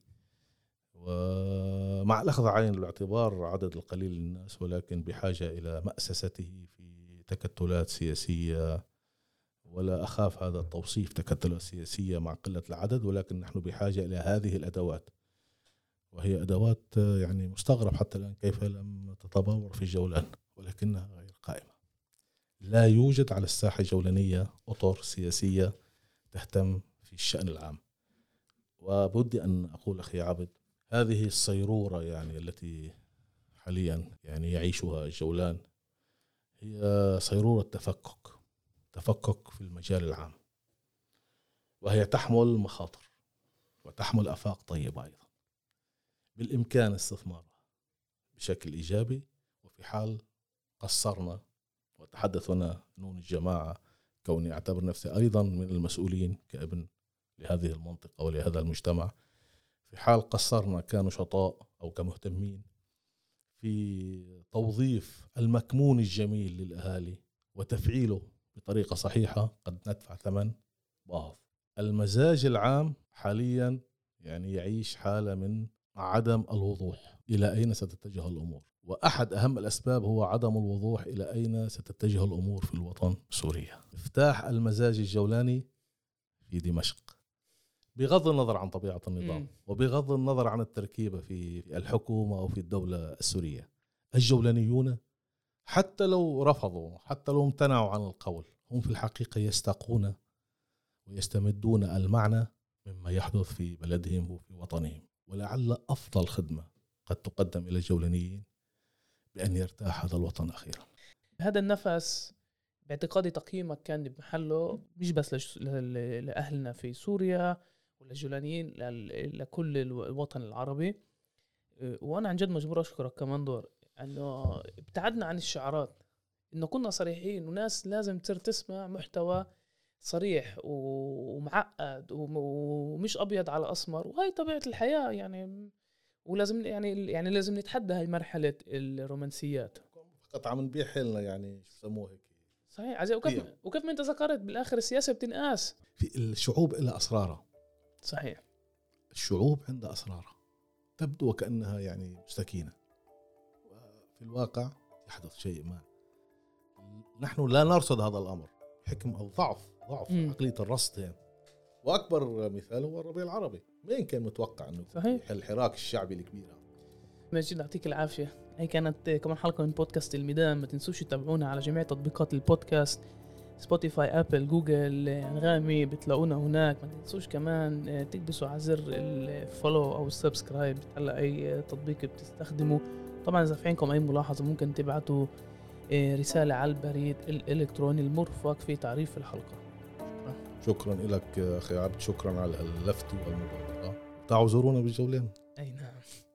ومع الأخذ عين الاعتبار عدد القليل للناس، ولكن بحاجة إلى مأسسته في تكتلات سياسية. ولا أخاف هذا التوصيف تكتلات سياسية مع قلة العدد، ولكن نحن بحاجة إلى هذه الأدوات، وهي أدوات يعني مستغرب حتى الآن كيف لم تتبور في الجولان، ولكنها غير قائمة. لا يوجد على الساحة الجولانية أطر سياسية تهتم في الشأن العام. وبدي أن أقول أخي عبد، هذه الصيرورة يعني التي حاليا يعني يعيشها الجولان هي صيرورة تفكك تفكك في المجال العام، وهي تحمل مخاطر وتحمل آفاق طيبة أيضا بالإمكان استثمارها بشكل إيجابي. وفي حال قصرنا، وتحدث هنا نون الجماعة كوني أعتبر نفسي أيضا من المسؤولين كابن لهذه المنطقة ولهذا المجتمع، في حال قصرنا كنشطاء أو كمهتمين في توظيف المكمون الجميل للأهالي وتفعيله بطريقة صحيحة، قد ندفع ثمن باهظ. المزاج العام حاليا يعني يعيش حالة من عدم الوضوح إلى أين ستتجه الأمور، وأحد أهم الأسباب هو عدم الوضوح إلى أين ستتجه الأمور في الوطن سوريا. افتاح المزاج الجولاني في دمشق بغض النظر عن طبيعة النظام، وبغض النظر عن التركيبة في الحكومة أو في الدولة السورية، الجولانيون حتى لو رفضوا، حتى لو امتنعوا عن القول، هم في الحقيقة يستقون ويستمدون المعنى مما يحدث في بلدهم وفي وطنهم. ولعل أفضل خدمة قد تقدم إلى الجولانيين بأن يرتاح هذا الوطن أخيرا. هذا النفس باعتقادي تقييمك كان بمحله، مش بس لأهلنا في سوريا والجولانيين، لكل الوطن العربي. وأنا عن جد مجبور أشكرك كمان دور أنه ابتعدنا عن الشعارات، إنه كنا صريحين، وناس لازم تصير تسمع محتوى صريح ومعقد ومش أبيض على أسمر، وهي طبيعة الحياة يعني. ولازم يعني يعني لازم نتحدى هاي مرحلة الرومانسيات. فقط عم نبيع حالنا يعني شو سموه هيك. صحيح عزيز. وكيف وكيف ما أنت ذكرت بالآخر السياسة بتنقاس في الشعوب إلى أسرارها. صحيح. الشعوب عندها أسرارها تبدو وكأنها يعني مستكينة، وفي الواقع يحدث شيء ما. نحن لا نرصد هذا الأمر، حكم أو ضعف ضعف م. عقلية الرصد يعني. وأكبر مثال هو الربيع العربي، مين كان متوقع أنه صحيح الحراك الشعبي الكبير. مجد يعطيك العافية. هي كانت كمان حلقة من بودكاست الميدان. ما تنسوش تتابعونا على جميع تطبيقات البودكاست، سبوتيفاي، أبل، جوجل، أنغامي، بتلاقونا هناك. ما تنسوش كمان تكبسوا على زر الفولو أو السبسكرايب على أي تطبيق بتستخدمه. طبعا إذا في عندكم أي ملاحظة ممكن تبعتوا رسالة على البريد الإلكتروني المرفق في تعريف الحلقة. شكرا لك أخي عبد، شكرا على اللفت والمبادرة. تعالوا زورونا بالجولان. أي نعم.